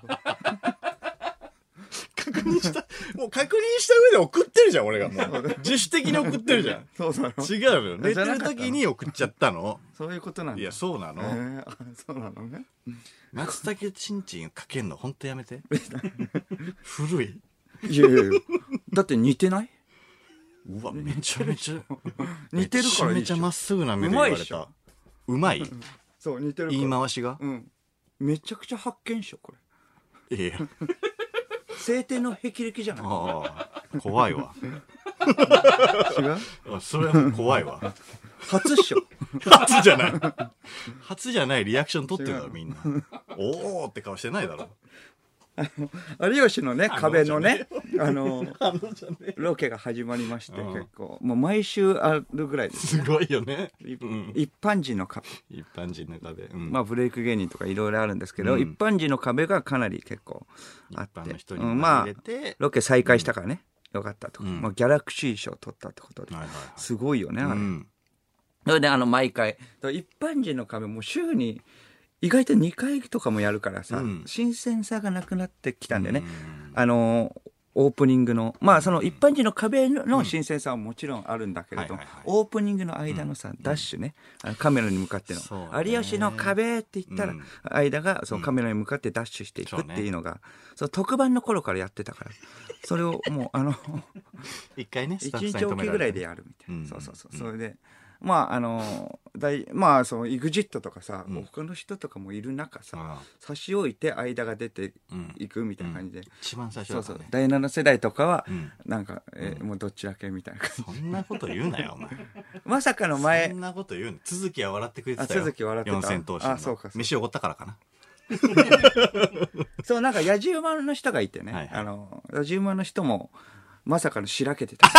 確認した、もう確認した上で送ってるじゃん、俺がもう。自主的に送ってるじゃん。 そうそう。 違うよ。寝てる時に送っちゃったの。 そういうことなんだ。 いや、そうなの。 えー、あそうなのね。 松茸ちんちんかけんのほんとやめて。古い。 いやいやいや。だって似てない？ うわ、めちゃめちゃ。 似てるからいい。 めちゃめちゃまっすぐな目で言われた。うまい。 そう、似てるから。 言い回しが。 うん。めちゃくちゃ発見っしょ、これ。 いや。 晴天の霹靂じゃない。 ああ、怖いわ。 違う？ それはもう怖いわ。 初っしょ。 初じゃない。初じゃないリアクション取ってるだろ、みんな。おーって顔してないだろ。 有吉のね、壁のね、あの、ロケが始まりまして、結構、もう毎週あるぐらいです。 すごいよね。 一般人の壁。 一般人の壁。 まあ、ブレイク芸人とかいろいろあるんですけど、一般人の壁がかなり結構あって、まあ、ロケ再開したからね、よかったと。まあ、ギャラクシー賞取ったってことで、すごいよね、あれ。それで、あの、毎回、一般人の壁も週に、意外とにかいとかもやるからさ、うん、新鮮さがなくなってきたんでね、あのオープニングのまあその一般人の壁の新鮮さはもちろんあるんだけれど、オープニングの間のさ、うん、ダッシュね、あのカメラに向かっての「有吉の壁」って言ったら、うん、間がそのカメラに向かってダッシュしていくっていうのが、うん、その特番の頃からやってたから、それをもうあの一回ね一日おきぐらいでやるみたいな、うん、そうそうそう、それで。まああの大まあその イグジット とかさ、うん、他の人とかもいる中さ、差し置いて間が出ていくみたいな感じで、うんうん、 一番最初だったね。 そうそう、だいなな世代とかは、うん、なんか、えー、もうどっちだけみたいな感じ。 そんなこと言うなよお前。 まさかの前そんなこと言うの。続きは笑ってくれてたよ。 続き笑ってた。 四千頭身の。あ、そうかそうか。飯おごったからかな。 そうなんか野じ馬の人がいてね、はいはい、あの野じ馬の人もまさかのしらけてた。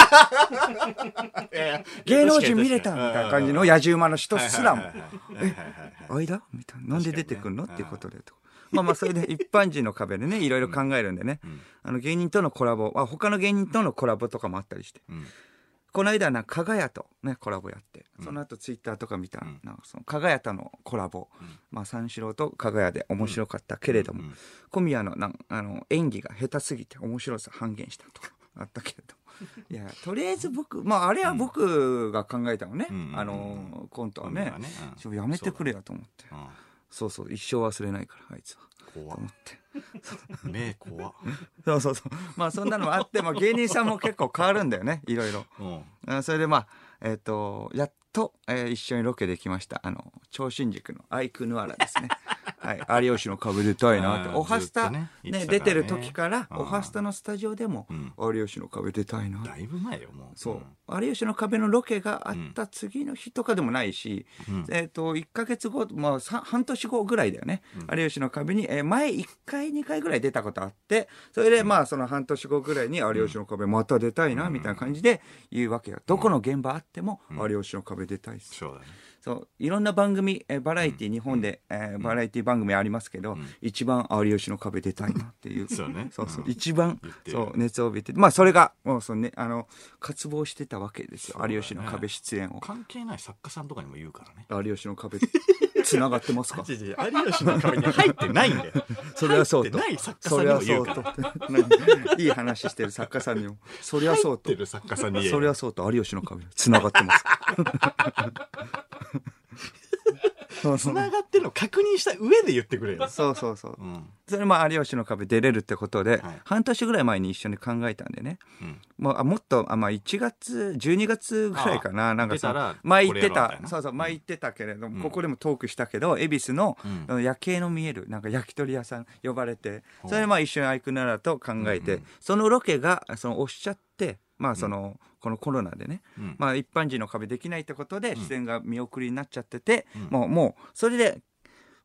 芸能人見れたみたいな感じの野じ馬の人すらも、え、間みたいな、なんで出てくんのっていうことでと。まあまあそれで一般人の壁でね、いろいろ考えるんでね、あの芸人とのコラボ、あ、他の芸人とのコラボとかもあったりして、この間な加賀屋とねコラボやって、その後ツイッターとか見たら、なんかその加賀屋とのコラボ、まあ三四郎と加賀屋で面白かったけれども、小宮のなんあの演技が下手すぎて面白さ半減したとか。あったけれど、いやとりあえず僕、まああれは僕が考えたのね、うん、あのコントはね、ね、うん、やめてくれよと思って、そう、うん、そうそう一生忘れないからあいつは怖っと思って目怖っそうそうそう、まあそんなのもあって、まあ、芸人さんも結構変わるんだよね、いろいろ、うん、それでまあえっ、ー、とやっと、えー、一緒にロケできました、あの超新塾のアイクヌアラですねはい、有吉の壁出たいなって、オハスタね、ね出てる時からオハスタのスタジオでも、うん、有吉の壁出たいな、 だいぶ前よもう、 そう、うん、有吉の壁のロケがあった次の日とかでもないし、うん、えっ、ー、といっかげつご、まあ半年後ぐらいだよね、うん、有吉の壁に、えー、前いっかいにかいぐらい出たことあって、それでまあその半年後ぐらいに有吉の壁また出たいなみたいな感じで言うわけよ、どこの現場あっても有吉の壁出たいっす、 そうだね、 そういろんな番組、えー、バラエティ、うん、日本で、えー、バラエティ番組ありますけど、うん、一番有吉の壁出たいなっていうそうね、 そうそう、うん、一番そう熱を帯びて、まあそれがもうその、ね、あの渇望してたわけですよ、ね、有吉の壁出演を。 関係ない作家さんとかにも言うからね、 有吉の壁つながってますか？ 有吉の壁に入ってないんだよそれはそうと、 入ってない作家さんにも言うからいい話してる作家さんにもそれはそうと、 入ってる作家さんにそれはそうと、有吉の壁つながってますつながってるの確認した上で言ってくれよ。 そうそうそう、うん、それも有吉の壁出れるってことで、はい、半年ぐらい前に一緒に考えたんでね、うん、もうあもっとあ、まあ、いちがつじゅうにがつぐらいかな、なんかさ前言ってた、そうそう前言ってたけれども、うん、ここでもトークしたけど恵比寿の、うん、夜景の見えるなんか焼き鳥屋さん呼ばれて、それでまあ一緒にアイクナラと考えて、うんうん、そのロケがそのおっしゃってまあその、うん、このコロナでね、うん、まあ一般人の壁できないってことで出演が見送りになっちゃってて、うん、もうもうそれで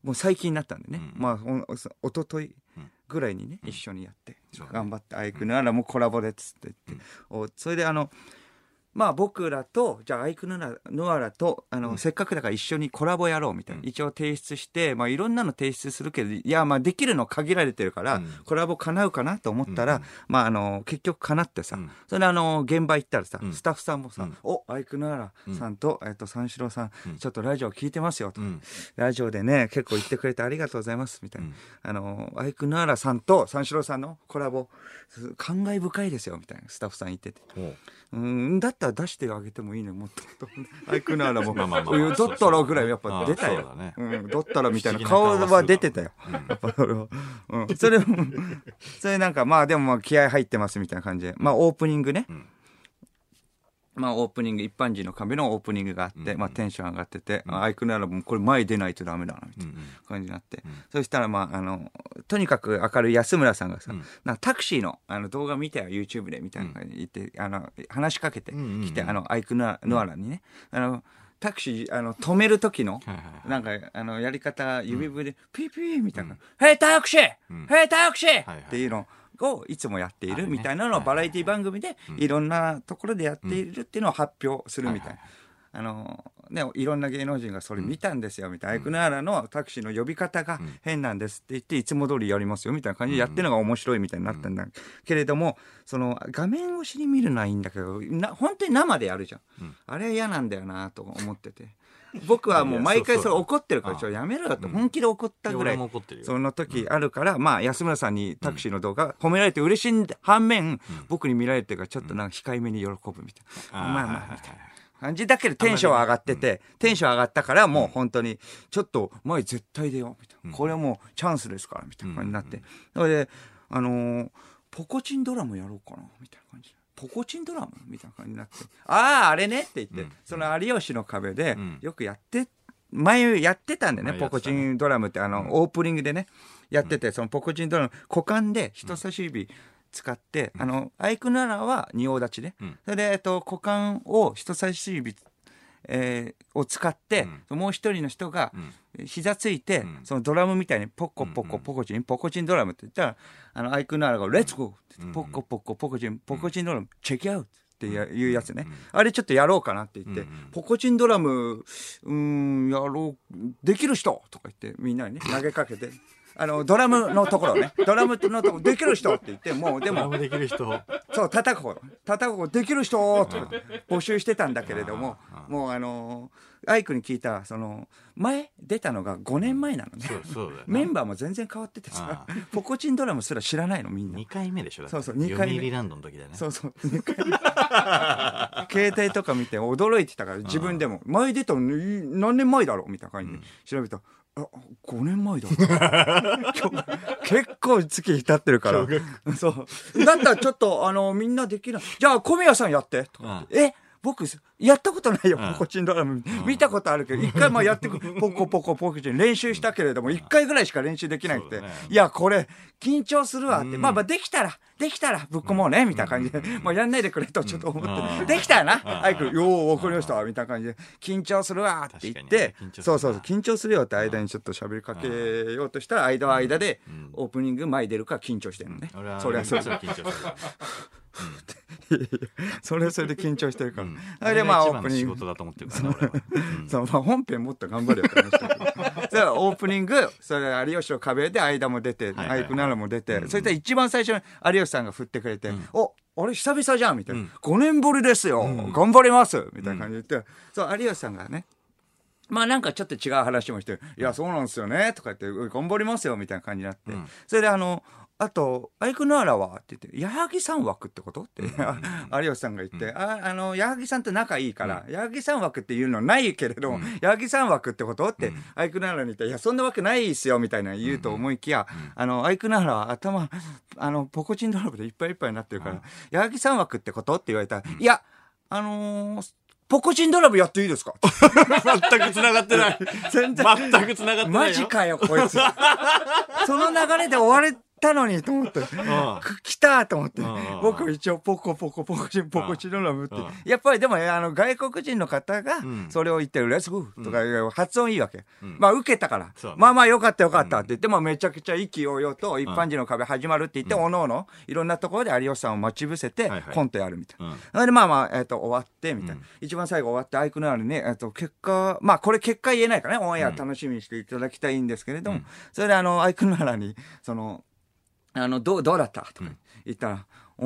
もう最近になったんでね、うん、まあおおとといぐらいにね、うん、一緒にやって、うん、頑張ってアイクヌアラもコラボでっつって言って、うん、それであのまあ僕らとじゃあアイクヌアラとあの、うん、せっかくだから一緒にコラボやろうみたいな、うん、一応提出してまあいろんなの提出するけどいやまあできるの限られてるから、うん、コラボ叶うかなと思ったら、うん、まああの結局叶ってさ、うん、それであの現場行ったらさ、うん、スタッフさんもさ、うん、おアイクヌアラさんと、うん、えっと三四郎さん、うん、ちょっとラジオ聞いてますよと、うん、ラジオでね結構言ってくれてありがとうございますみたいな、うん、あのアイクヌアラさんと三四郎さんのコラボ感慨深いですよみたいなスタッフさん言ってて、うんだったら出してあげてもいいねもっとアイクヌアラもまあまあまあだったらぐらいやっぱ出たよ、ねうん、だったらみたいな顔は出てたよ、うん、やっぱそれは、うん、それそれなんかまあでもまあ気合入ってますみたいな感じでまあオープニングね、うんまあオープニング一般人の壁のオープニングがあって、うんうん、まあテンション上がってて、うん、アイクヌアラもこれ前出ないとダメだなみたいな感じになって、うんうん、そしたらまああのとにかく明るい安村さんがさ、うん、なんかタクシーのあの動画見てよ YouTube でみたいな感じで言って、うん、あの話しかけてきて、うんうん、あのアイクヌアラにね、あのタクシーあの止める時の、はいはいはい、なんかあのやり方指笛で、うん、ピーピーみたいな、うん、ヘイタクシー、うん、ヘイタクシー、はいはい、っていうのをいつもやっているみたいなのをバラエティ番組でいろんなところでやっているっていうのを発表するみたいな、あのね、いろんな芸能人がそれ見たんですよみたいな、アイクヌアラのタクシーの呼び方が変なんですって言っていつも通りやりますよみたいな感じでやってるのが面白いみたいになったんだけれども、その画面越しに見るのはいいんだけどな本当に生でやるじゃん、あれ嫌なんだよなと思ってて、僕はもう毎回それ怒ってるからちょっとやめろよと本気で怒ったぐらいその時あるから、まあ安村さんにタクシーの動画褒められて嬉しい反面僕に見られてるからちょっとなんか控えめに喜ぶみたいな、まあまあみたいな感じだけどテンション上がってて、テンション上がったからもう本当にちょっと前絶対出ようみたいな、これはもうチャンスですからみたいな感じになって、それであのーポコチンドラムやろうかなみたいな感じで、ポコチンドラムみたいな感じになって、あああれねって言って、うん、その有吉の壁でよくやって前やってたんでね、ポコチンドラムってあの、うん、オープニングでねやってて、そのポコチンドラム股間で人差し指使って、うん、あのアイクヌアラは仁王立ちで、うん、それで、えっと、股間を人差し指えー、を使って、うん、もう一人の人が膝ついて、うん、そのドラムみたいにポコポコポコチンポコチンドラムって言ったら、あのアイクヌアラがレッツゴーって言って、ポコポコポコチンポコチンドラムチェキアウトっていうやつね、うん、あれちょっとやろうかなって言って、うん、ポコチンドラムうーんやろうできる人とか言ってみんなにね投げかけてあのドラムのところねドラムのところできる人って言って、もうでもドラムできる人そう叩く方叩く方できる人とか募集してたんだけれども、もうあのアイクに聞いたその前出たのがごねんまえなのね、そうそうだよね、メンバーも全然変わっててさ、ポコチンドラムすら知らないのみんな。 にかいめでしょ、だって。 そうそうにかいめ、 読売ランドの時だよね。 そうそうにかいめ携帯とか見て驚いてたから、自分でも前出たの何年前だろうみたいな感じで調べた、あごねんまえだ結構月日経ってるからそうだったらちょっとあのみんなできない、じゃあ小宮さんやってとか、うん、え僕やったことないよ、うん、ポコチンドラム、うん、見たことあるけど一回もやってくポコポコポコチン練習したけれども一回ぐらいしか練習できなくて、ね、いやこれ緊張するわって、うん、まあまあできたらできたらぶっこもうねみたいな感じで、もうやんないでくれとちょっと思って、うん、できたらなアイクよーわかりましたみたいな感じで緊張するわって言って、ね、そうそうそう緊張するよって間にちょっと喋りかけようとしたら間は間でオープニング前出るから緊張してるのね、うん、そりゃそう緊張してるそれはそれで緊張してるから、うん、あれまあオープニング仕事だと思ってるから、ね、俺は、うん、そうまあ本編もっと頑張れよって話だけどそれオープニングそれ有吉の壁で間も出て、はいはいはい、アイクヌアラも出て、うん、それで一番最初に有吉さんが振ってくれて、うん、おあれ久々じゃんみたいな、うん、ごねんぶりですよ、うん、頑張りますみたいな感じで言って、うん、そう有吉さんがねまあなんかちょっと違う話もして、いやそうなんですよねとか言って頑張りますよみたいな感じになって、うん、それであのあとアイクヌアラはって言って矢作さん枠ってことって、うん、有吉さんが言って、うん、ああの矢作さんと仲いいから、うん、矢作さん枠っていうのないけれども、うん、矢作さん枠ってことって、うん、アイクヌアラに言っていやそんなわけないですよみたいな言うと思いきや、うん、あのアイクヌアラは頭あのポコチンドラムでいっぱいいっぱいになってるから、うん、矢作さん枠ってことって言われたら、うん、いやあのーポコチンドラムやっていいですか全く繋がってない全然全く繋がってないよマジかよこいつその流れで終われたのにと思って、来たと思って、僕一応ポコポコポコチンポコチンのムって、やっぱりでもあの外国人の方がそれを言ってるレスゴーとか発音いいわけ。まあ受けたから、まあまあよかったよかったって言ってもめちゃくちゃ意気揚々と一般人の壁始まるって言って、おのおのいろんなところで有吉さんを待ち伏せてコントやるみたいな。それでまあまあ、えっと終わってみたいな。一番最後終わってアイクのあるね、えっと結果、まあこれ結果言えないからね、オンエア楽しみにしていただきたいんですけれども、それであのアイクのあらに、その、あの、どう、どうだったとか言ったら、うん、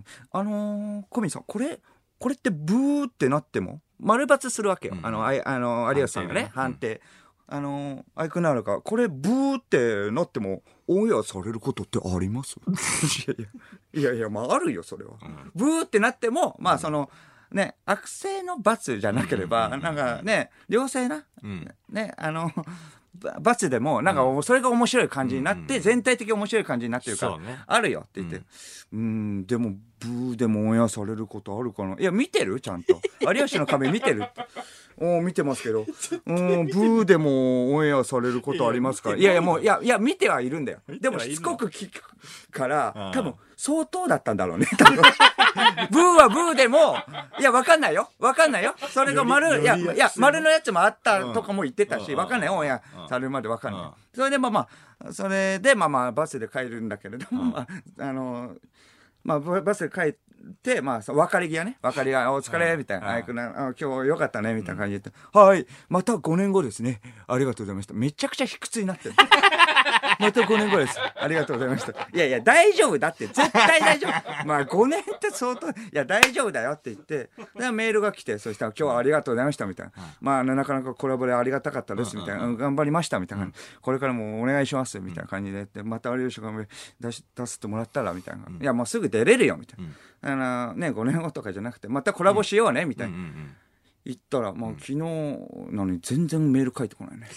あのー、小宮さん、これ、これってブーってなっても、丸×するわけよ。うん、あの、ああの、有吉さんがね、判定。うん、あの、アイクナールが、これブーってなっても、オンエアされることってありますいやいや、いやいや、まああるよ、それは。うん、ブーってなっても、まあその、ね、悪性の×じゃなければ、なんかね、良性な、うん、ね、あの、罰でもなんかそれが面白い感じになって全体的に面白い感じになってるからあるよって言ってうんでもブーでもオンエアされることあるかないや見てるちゃんと有吉の壁見てるってお見てますけどうんブーでもオンエアされることありますからいやいやもういやいや見てはいるんだよでもしつこく聞くから多分相当だったんだろうね多分ブーはブーでもいやわかんないよわかんないよそれが丸いやいや丸のやつもあったとかも言ってたしわかんないよオンエアされるまでわかんないそれでまあまあそれでまあまあバスで帰るんだけれどもまああのまあバスで帰ってまあ別れ際ね別れ際お疲れみたいなあ今日よかったねみたいな感じではいまたごねんごですねありがとうございましためちゃくちゃ卑屈になってるまたごねんごですありがとうございましたいやいや大丈夫だって絶対大丈夫まあごねんって相当いや大丈夫だよって言ってでメールが来てそしたら今日はありがとうございましたみたいな、うん、まあなかなかコラボでありがたかったですみたいな、うんうんうん、頑張りましたみたいな、うん、これからもお願いしますみたいな感じででまた有吉が出し出してもらったらみたいな、うん、いやもうすぐ出れるよみたいな、うん、あのねごねんごとかじゃなくてまたコラボしようねみたいな、うんうんうん、言ったらもう昨日なのに全然メール返ってこないね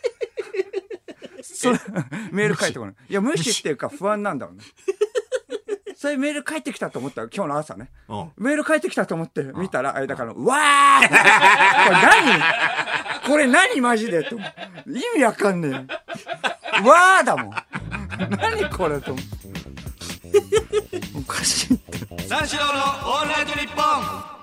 それメール返ってこないいや無視っていうか不安なんだろうねそういうメール返ってきたと思ったら今日の朝ねメール返ってきたと思って見たらあれだからうわーこれ何これ何マジでと意味わかんねえわーだもん何これと思っておかしいって三四郎のオールナイトニッポン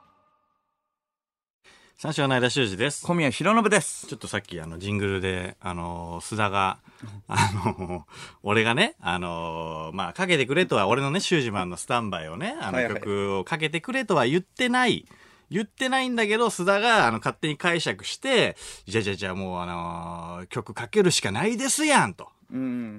三四郎の間修二です。 小宮浩信です。 ちょっとさっきあのジングルであの須田があの俺がねあのまあかけてくれとは俺のねシュージマンのスタンバイをねあの曲をかけてくれとは言ってない。はいはい言ってないんだけど、須田が、あの、勝手に解釈して、じゃじゃじゃもう、あのー、曲かけるしかないですやん、と。うん。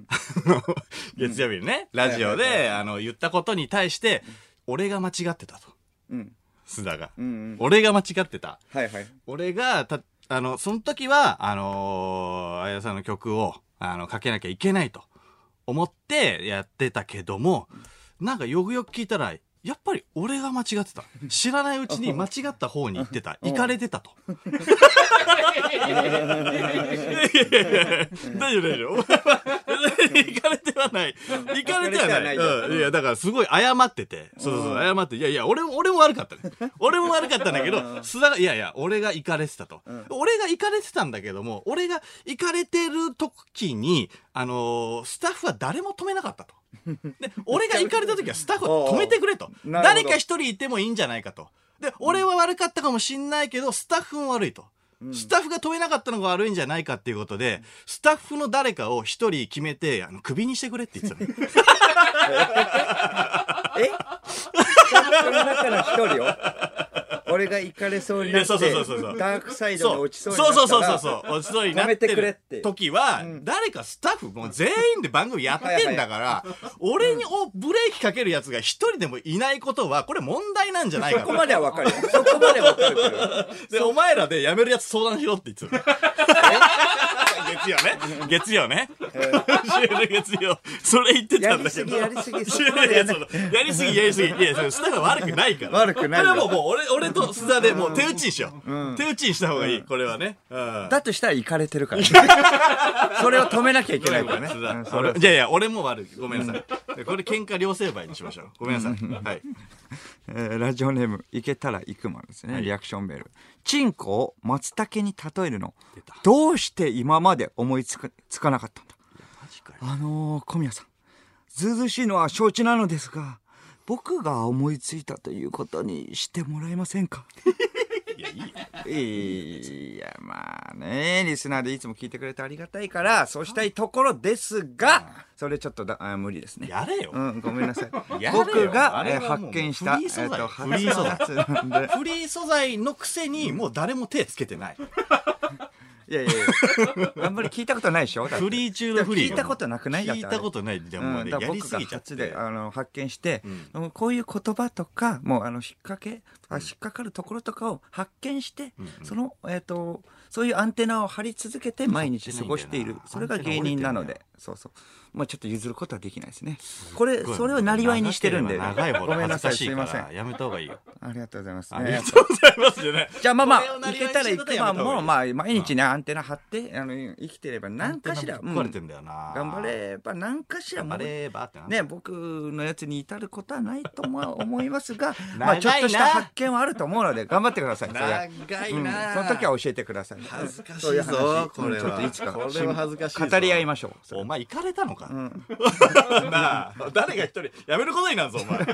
月曜日にね、うん、ラジオで、はいはいはい、あの、言ったことに対して、俺が間違ってたと。うん。須田が。うんうん、俺が間違ってた。はいはい。俺が、た、あの、その時は、あのー、相田さんの曲を、あの、かけなきゃいけないと思ってやってたけども、なんかよくよく聞いたら、やっぱり俺が間違ってた。知らないうちに間違った方に行ってた。行かれてたと。いやいやいや大丈夫大丈夫。行かれてはない。行かれてはない。うん、いやだからすごい謝ってて。そうそうそう謝って。いやいや俺も俺も悪かったね。俺も悪かったんだけど、須田がいやいや俺が行かれてたと。俺が行かれてたんだけども、俺が行かれてる時にあのー、スタッフは誰も止めなかったと。で俺が行かれた時はスタッフは止めてくれと誰か一人いてもいいんじゃないかとで俺は悪かったかもしんないけどスタッフも悪いと、うん、スタッフが止めなかったのが悪いんじゃないかっていうことでスタッフの誰かを一人決めてあのクビにしてくれって言ってたのえスタッフの中の一人を俺が行かれそうになってダークサイドに落ちそうになったらそうそうそうそう落ちそうになってる時は誰かスタッフもう全員で番組やってんだから俺にブレーキかけるやつが一人でもいないことはこれ問題なんじゃないかそこまでは分かるよそこまでは分かるけどでお前らで辞めるやつ相談しろって言ってた月曜ね月曜ね月曜それ言ってたんだけどやりすぎやりすぎやりすぎやりすぎいやスタッフは悪くないから悪くないこれはもうもう俺俺と須田でもう手打ちにしよう、うん、手打ちにした方がいい、うん、これはね、うん、 だとしたら行かれてるから、ね、それを止めなきゃいけないからね、 うん、いやいや俺も悪いごめんなさいこれ喧嘩両成敗にしましょうごめんなさい、はい、 えー、ラジオネームいけたらいくまですね、はい、リアクションメールチンコを松茸に例えるのどうして今まで思いつか、つかなかったんだあのー、小宮さんずうずうしいのは承知なのですが、僕が思いついたということにしてもらえませんか？ いや、いいいや、まあね、リスナーでいつも聞いてくれてありがたいから、そうしたいところですが、それちょっとだあ無理ですね。 やれよ。 うん、ごめんなさい。 やれよ僕があれはもう発見した、 フリー素材えっとフリー素材初のやつなんでフリー素材のくせに、もう誰も手つけてない。 いやいやいや、あんまり聞いたことないでしょ？だってフリー中のフリー。 聞いたことなくない？だって聞いあれたことない。でもうん、 ね、 だからやり僕がすぎちゃって。 初であの発見して、 うんこういう言葉とかもうあの引っ掛け、あ引っかかるところとかを発見して、 うんうんそのえっ、とそういうアンテナを張り続けて毎日過ごしている。それが芸人なので、そうそう。まあちょっと譲ることはできないですね。これそれをなりわいにしてるんで、 長いほどごめんなさい、 恥ずかしいかすいません。 ら、やめた方がいいよ。 ありがとうございます、 ありね。 がとうございますよね。 じゃあまあまあこれをなりわいにいけたらいくまもしてるとやめた方がいいまあ毎日ねアンテナ張ってあの生きてれば何かしら、 アンテナぶっ壊れてんだよな。 頑張れば何かしら頑張ればってな。 ね、僕のやつに至ることはないとも思いますが長いなまあちょっとした発見はあると思うので頑張ってください。それは長いうんな。 その時は教えてください。 恥ずかしいそういう話ぞ、これは。 うんちょっといつかこれは恥ずかしいぞ。 語り合いましょう。 お前行かれたのか、 んなあ、誰が一人やめることになるぞお前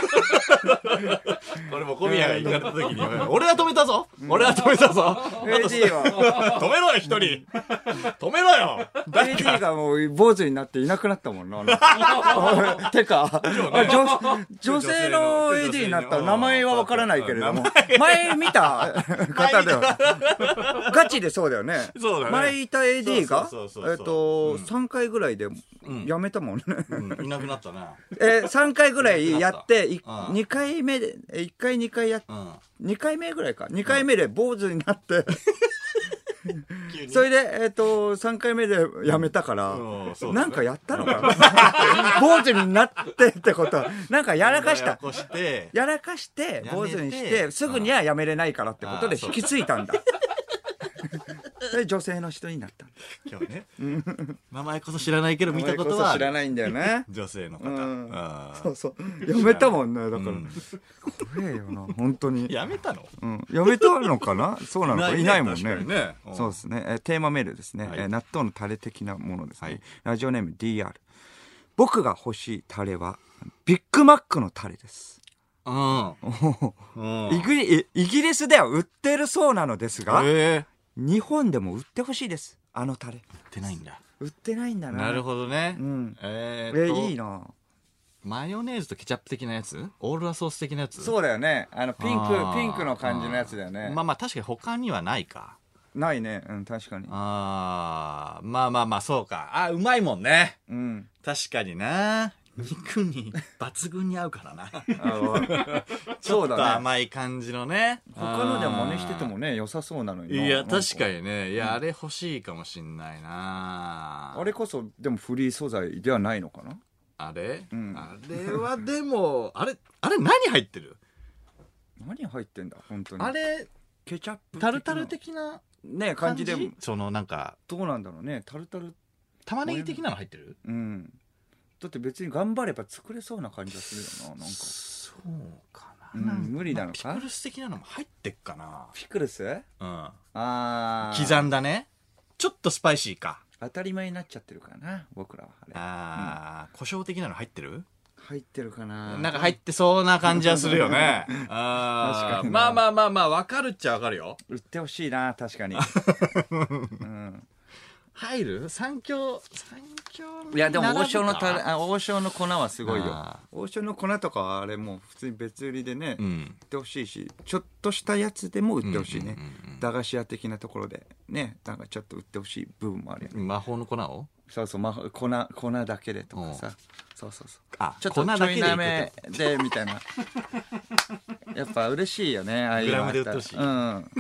俺も小宮が行かれた時に俺は止めたぞ、俺は止めたぞエーディー は止めろよ一人止めろよエーディー がもう坊主になっていなくなったもんな。てか、あ女女性の エーディー になった名前はわからないけれども、前見た方だよ。ガチでそうだよね。 そうだね前いた エーディー がそうそうそうそうえっとうんさんかいぐらいでやめたもんね。 うん、いなくなったなえーさんかいぐらいやっていうんにかいめでいっかいにかいやっうんにかいめぐらいかにかいめで坊主になって急にそれでえっとさんかいめでやめたからうんそうだねなんかやったのかな坊主になってってことはなんかやらかしたやこしてやらかして坊主にしやめててすぐにはやめれないからってことであー引き継いだんだ。それ女性の人になったんだ。 今日ね名前こそ知らないけど見たことお前こそは知らないんだよね。 女性の方、 うんあーそうそうやめたもんねだから、 うん怖えよな本当に。 やめたのうん、やめたのかなそうなのかいないもんね。 確かにねうんそうですね、えーテーマメールですね、 はいえー納豆のタレ的なものですね、 はいラジオネーム ディーアール。 僕が欲しいタレはビッグマックのタレです。 うんうんイギリイギリスでは売ってるそうなのですが、 え日本でも売ってほしいです。あのタレー、売ってないんだ売ってないんだな。 なるほどね、 うんええー、っといいな。 マヨネーズとケチャップ的なやつオーロラソース的なやつそうだよね、あのピンクあーピンクの感じのやつだよね。 まあまあ確かに他にはないかないね、うん、確かに。 あーまあまあまあそうかあうまいもんねうん確かにな肉に抜群に合うからなあのちょっとそうだね。 甘い感じのね他ので真似しててもね良さそうなのにな。 いやなんか確かにねいや、あれ欲しいかもしんないなあれこそでもフリー素材ではないのかな。 あれ、 うんあれはでもあれあれ何入ってる何入ってんだ本当に。 あれケチャップ的なタルタル的なね感じでもそのなんかどうなんだろうね。タルタル玉ねぎ的なの入ってるうんだって別に頑張れば作れそうな感じがするよな。なんかそうかうんな、なんか無理なのかピクルス的なのも入ってっかなピクルスうんああ刻んだねちょっとスパイシーか当たり前になっちゃってるからな僕らはあれあー、胡椒的なの入ってる入ってるかな。 なんか入ってそうな感じはするよねあ確かになーまあまあまあまあ分かるっちゃ分かるよ売ってほしいな確かに、うん、 入る三強三強いやでも王将のタレレあ王将の粉はすごいよあ。 王将の粉とかはあれもう普通に別売りでね、売うんってほしいしちょっとしたやつでも売ってほしいね、 うんうんうんうん駄菓子屋的なところでねなんかちょっと売ってほしい部分もあるよね。 魔法の粉をそうそう、ま、粉粉だけでとかさそうそうそうあちょっと粉だけでいくとちょいなめでみたいなやっぱ嬉しいよねああいうのあったらグラムで売ってほしいうん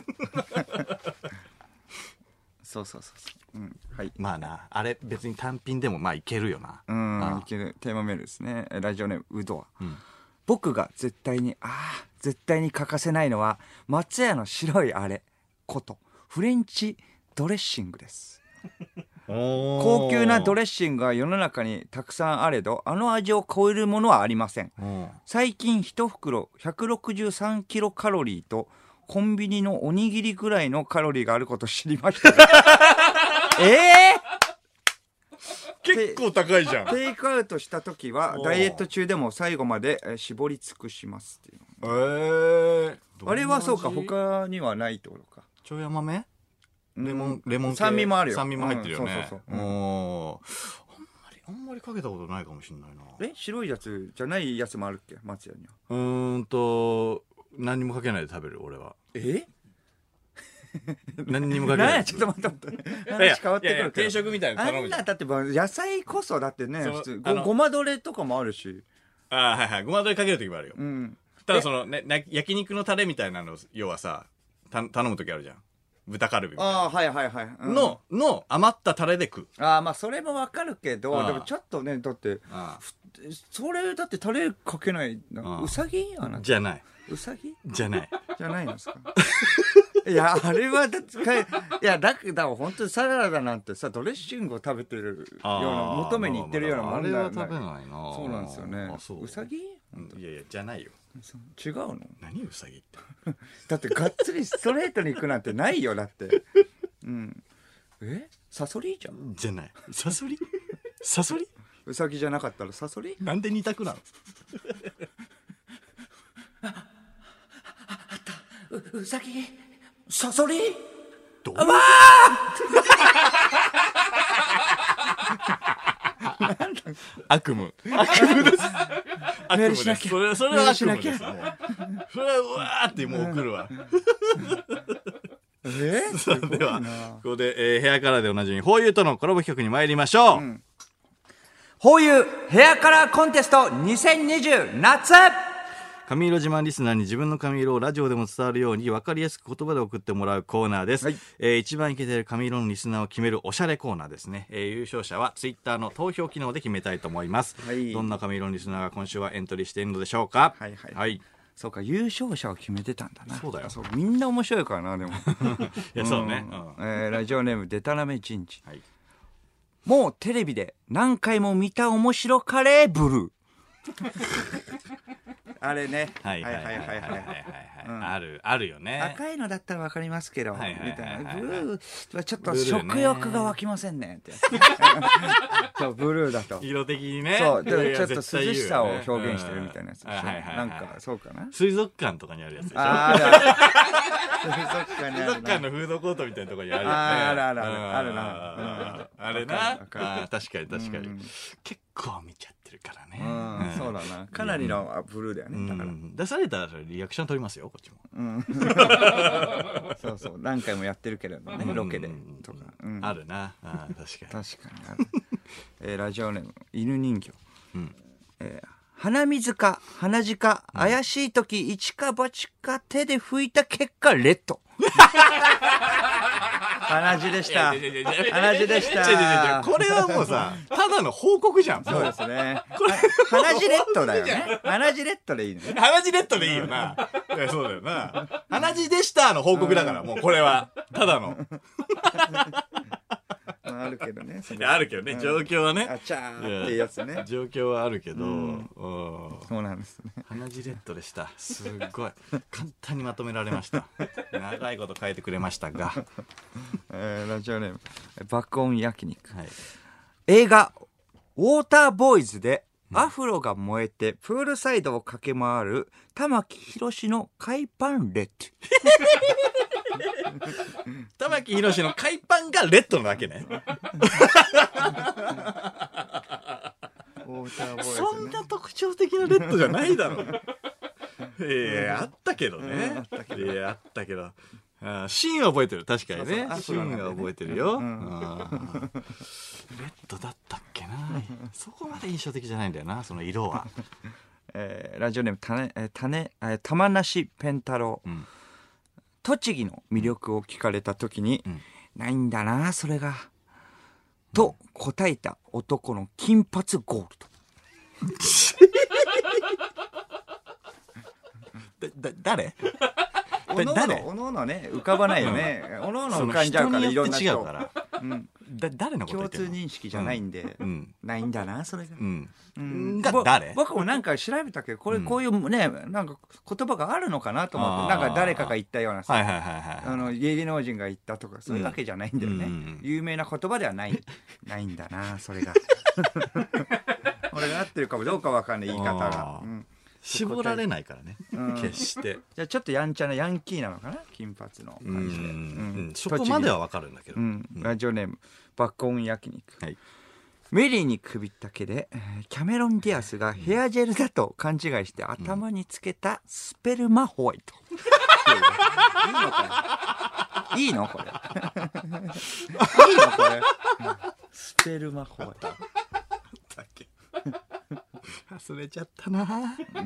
そうそうそうそううんはいまあなあれ別に単品でもまあいけるよなうんあいけるテーマメールですねラジオネームうどは、 ん僕が絶対にああ絶対に欠かせないのは松屋の白いあれことフレンチドレッシングです。高級なドレッシングが世の中にたくさんあれどあの味を超えるものはありません。最近いち袋ひゃくろくじゅうさんキロカロリーとコンビニのおにぎりぐらいのカロリーがあることを知りました。ええー、 結構高いじゃん。 テイクアウトした時はダイエット中でも最後までえー絞り尽くしますっていうえー、 の。あれはそうか、他にはないってことか。 茶屋豆レモン、レモン系酸味もあるよ。 酸味も入ってるよね。 うん、そうそうそう。 おー、あんまりあんまりかけたことないかもしれないな。 え、白いやつじゃないやつもあるっけ、松屋には。 うーんと何にもかけないで食べる俺は。 え何にもかけない。 ちょっと待って待って話変わってくるけど。 定食みたいなの頼むじゃん。 あんなだって野菜こそだってね、普通 ご, ごまどれとかもあるし。 ああ、はいはい、ごまどれかける時もあるよ。 うん、 ただそのね、焼肉のタレみたいなの要はさた頼む時あるじゃん、豚カルビみたいな。 ああ、はいはいはい、 うん、のの余ったタレで食う。 ああ、まあそれもわかるけど、でもちょっとね、だってそれだってタレかけないな。うさぎあなじゃない。 うさぎじゃないじゃないんですかいや、あれはだっていや、だけど本当にサラダなんてさ、ドレッシングを食べてるような、求めに行ってるようなもんだよ。 あれは食べないな。 そうなんですよね。うさぎ、いやいや、じゃないよ。 違うの？ 何うさぎってだってがっつりストレートに行くなんてないよ、だってうん。え、サソリじゃん。 じゃない。サソリサソリうさぎじゃなかったらサソリ。 なんで二択なのあった、うさぎ、サソリ、 どう悪夢悪夢です。悪夢です。それそれは悪夢です。それはうわーってもう来るわ。 えー、 ではここで、えー、ヘアカラーでおなじみホーユーとのコラボ企画に参りましょう。うん、 ホーユーヘアカラーコンテストにせんにじゅう夏。 髪色自慢リスナーに自分の髪色をラジオでも伝わるように分かりやすく言葉で送ってもらうコーナーです。はい、えー、一番イケてる髪色のリスナーを決めるおしゃれコーナーですね。えー、優勝者はツイッターの投票機能で決めたいと思います。はい、どんな髪色のリスナーが今週はエントリーしているのでしょうか。はいはい、はい、 そうか、優勝者を決めてたんだな。 そうだよ。 そう、みんな面白いからな。でもいや、そうね、 うん、えー、ラジオネームデタラメチンチ、はい、もうテレビで何回も見た面白カレーブルーあれね。 はいはいはいはいはいはいはい、あるあるよね。 赤いのだったらわかりますけど、みたいな。ブルーはちょっと食欲が湧きませんねって。そう、ブルーだと色的にね。 そう、でもちょっと涼しさを表現してるみたいなやつでしょ。なんかそうかな。 水族館とかにあるやつでしょ。 ああ、 水族館のフードコートみたいなところにあるよね。 あるあるあるあるな。 あれな。確かに確かに。結構見ちゃってるからね。 そうだな。かなりのブルーだよね。だから出されたらリアクション取りますよ、こっちも。 そうそう、何回もやってるけれどね、ロケでとか。 あるな。確かに確かにある。えー、ラジオネーム犬人形、うん、えー、鼻水か鼻血か、うん、怪しい時一か八か手で拭いた結果レッド鼻血でした。鼻血でした。 これはもうさ、ただの報告じゃん。 そうですね。鼻血レッドだよね。鼻血レッドでいいね。 鼻血レッドでいいよな。そうだよな。鼻血でしたの報告だから、もうこれはただの。 あるけどね。 いや、あるけどね、状況はね。 あちゃーってやつね。 状況はあるけど、 そうなんですね。 鼻血レッドでした。すごい簡単にまとめられました。長いこと書いてくれましたが。 えー、ラジオネーム爆音焼肉、はい、映画ウォーターボーイズでアフロが燃えてプールサイドを駆け回る玉木宏の海パンレッド玉木宏の海パンがレッドなだけね。そんな特徴的なレッドじゃないだろう。ええー、あったけどね。ええー、あったけど。あシーンは覚えてる、確かにね。シーンは覚えてるよ。うん、レッドだったっけな。そこまで印象的じゃないんだよな、その色は。 えー、ラジオネーム種、えー、種、えー、玉梨ペンタロウ、うん、栃木の魅力を聞かれた時に、うん、ないんだなそれが、うん、と答えた男の金髪ゴールド。だ、だ、誰？ おのおの、おのおのね、浮かばないよね。おのおの浮かんじゃうから、いろんな人。 違うから。うん、 だ誰のこと言共通ってんの？ 認識じゃないんで、 うん、 ないんだなそれが、 うんうん、 が誰？ 僕もなんか調べたけどこれ、うん、こういうねなんか言葉があるのかなと思ってなんか誰かが言ったようなさ、 はいはいはいはい、 あの芸能人が言ったとかそういうわけじゃないんだよね、 うん、 有名な言葉ではないないんだなそれが俺が合ってるかもどうかわかんない言い方が、うん、 絞られないからね、うん、決してじゃあちょっとやんちゃなヤンキーなのかな金髪の感じで、うんうん、 そこまではわかるんだけど、 うんうん、ラジオネームバコン焼肉、 はい、 メリーに首ったけでキャメロン・ディアスがヘアジェルだと勘違いして頭につけたスペルマホワイト、うん、いいのかいいのこれいいのこれスペルマホワイト忘れちゃったな、うん、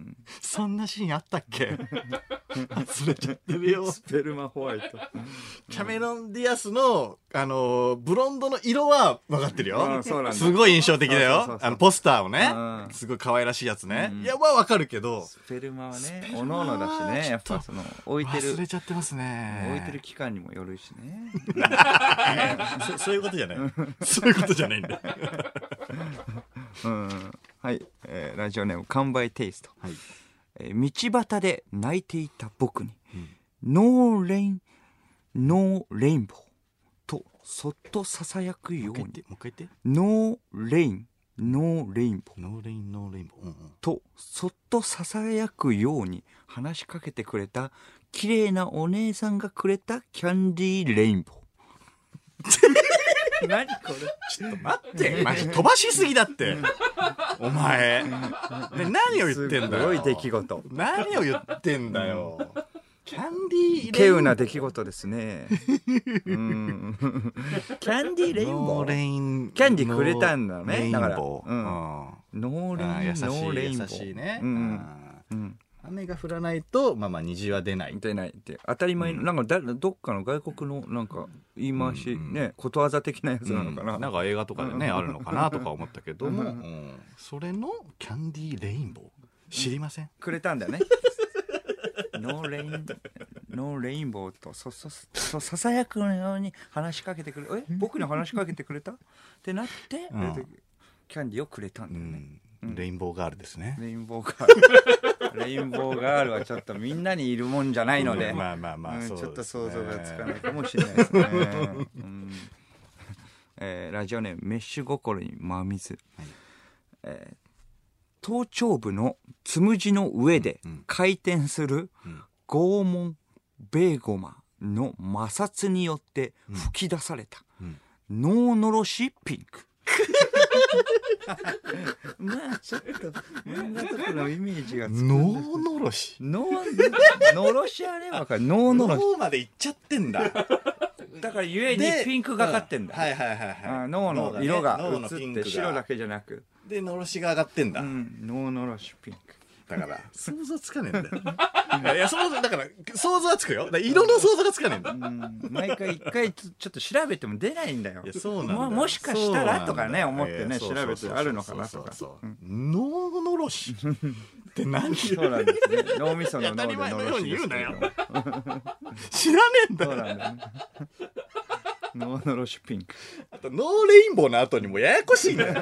そんなシーンあったっけ忘れちゃってるよ。 スペルマホワイトキャメロン・ディアスの、あのー、ブロンドの色は分かってるよ、 うん、そうなんだすごい印象的だよ。 そうそうそうそう、 あのポスターをね、 うん、 すごい可愛らしいやつね、うん、いやまあ分かるけどスペルマはねおのおのだしねやっぱその置いてる忘れちゃってますね。 置いてる期間にもよるしねそ, そういうことじゃないそういうことじゃないんだうん、はい、えー、ラジオネーム完売テイスト、 はい、 えー、道端で泣いていた僕に、うん、ノーレインノーレインボーとそっとささやくように、もう一回言って、 ノーレインノーレインボーノーレインノーレインボー、うんうん、 とそっとささやくように話しかけてくれた綺麗なお姉さんがくれたキャンディーレインボー何これちょっと待ってマジ飛ばしすぎだってお前、ね、何を言ってんだよ。 すごい出来事。 何を言ってんだよ、うん、キャンディーレインボー稀有な出来事ですね、うん、キャンディーレインボーレインキャンディーくれたんだねだから、 うん、 ノーレイン優しいノーレインボー優しいね、 うんうん、 雨が降らないとまあまあ虹は出ない出ないって当たり前の、うん、なんかだどっかの外国のなんか言い回し、うん、ねことわざ的なやつなのかな、 うん、なんか映画とかでね、うん、あるのかなとか思ったけども、うん、それのキャンディーレインボー知りません、 くれたんだよねノーレインノーレインボーとそそそささやくのように話しかけてくれえ僕に話しかけてくれたってなって、うん、キャンディーをくれたんだよね、 うん、レインボーガールですね。 レインボーガールレインボーガールはちょっとみんなにいるもんじゃないので、 うん、まあまあまあ、うん、 ちょっと想像がつかないかもしれないですね、うんえー、ラジオネームメッシュ心に真水、はいえー頭頂部のつむじの上で回転する拷問ベーゴマの摩擦によって吹き出された脳のろしピンクまあちょっと漫画とかのイメージがつく脳のろし脳のろしあれわかる脳のろし脳までいっちゃってんだだからゆえにピンクがかってんだ、 うん、はいはいはいはい、 脳の色が映って白だけじゃなくでのろしが上がってんだ、 うん、脳のろしピンクだから想像つかねえんだよいや想像だから想像はつくよだ色の想像がつかねえんだ、うん、 毎回一回ちょっと調べても出ないんだよ。 いやそうなんだよも, もしかしたらとかね思ってね調べてあるのかなとか脳のろしって何そうなんですね脳みその脳でのろしですけど知らねえんだよそうなんだよね脳のろしピンクあとノーレインボーの後にもややこしいね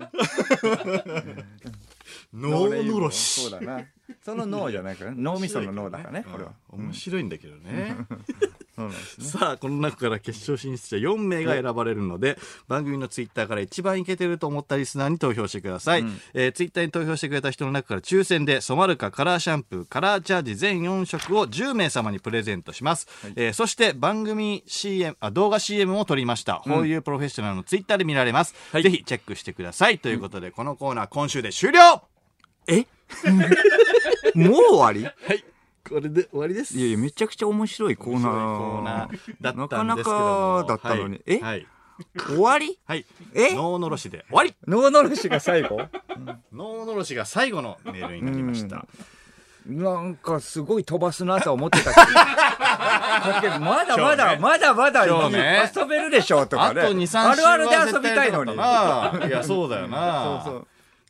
脳のろしそうだなその脳じゃないから、ね、脳みその脳だからねこれは、 うん、面白いんだけどねそうなんですね。 さあこの中から決勝進出者よんめいが選ばれるので番組のツイッターから一番イケてると思ったリスナーに投票してください、うんえー、ツイッターに投票してくれた人の中から抽選でソマルカカラーシャンプーカラーチャージ全よん色をじゅうめい様にプレゼントします、はいえー、そして番組 シーエム あ動画 シーエム も撮りました、うん、ホーユープロフェッショナルのツイッターで見られます、はい、ぜひチェックしてくださいということで、うん、このコーナー今週で終了。 えもう終わり？ はいこれで終わりです。 いやいやめちゃくちゃ面白いコーナーコーナーだったんですけどもなかなかだったのに、はい、え、はい、終わり？ はいえ脳のろしで終わり。 脳のろしが最後脳のろしが最後のメールになりました。 なんかすごい飛ばすなとは思ってたけどだけどまだまだ、ね、まだまだ遊べるでしょとかねあとにさん週あるあるで遊びたいのにいやそうだよなそうそう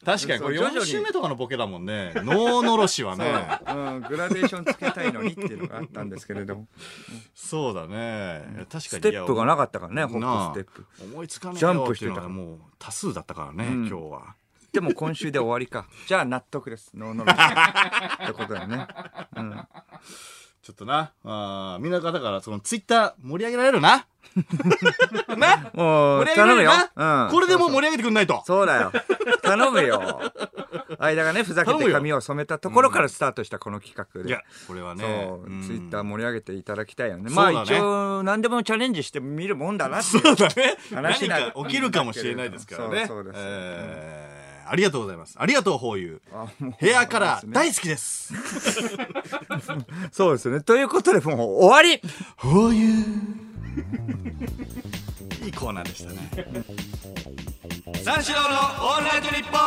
確かにこれよん週目とかのボケだもんね。脳のろしはね。 そう、うん、グラデーションつけたいのにっていうのがあったんですけれども。 そうだね。確かに。 ステップがなかったからね、ホップステップ。 思いつかねえジャンよプしてたから。 っていうのがもう多数だったからね、うん、今日は。 でも今週で終わりか。じゃあ納得です。脳のろし。ってことだよね。うん。 ちょっとな、あみんなだからそのツイッター盛り上げられるな。なもう、頼むよ。 うん。これでもう盛り上げてくんないと。 そうだよ。頼むよ。間がね、ふざけて髪を染めたところからスタートしたこの企画で。 いや、これはね。 そう、ツイッター盛り上げていただきたいよね。まあ一応、何でもチャレンジしてみるもんだなって。 そうだね。話が起きるかもしれないですからね。 そうです。 ありがとうございます。ありがとう、ホーユー。ヘアカラー大好きです。 そうですね。ということで、もう終わり。 ホーユー。いいコーナーでしたね。三四郎のオールナイトニッポン。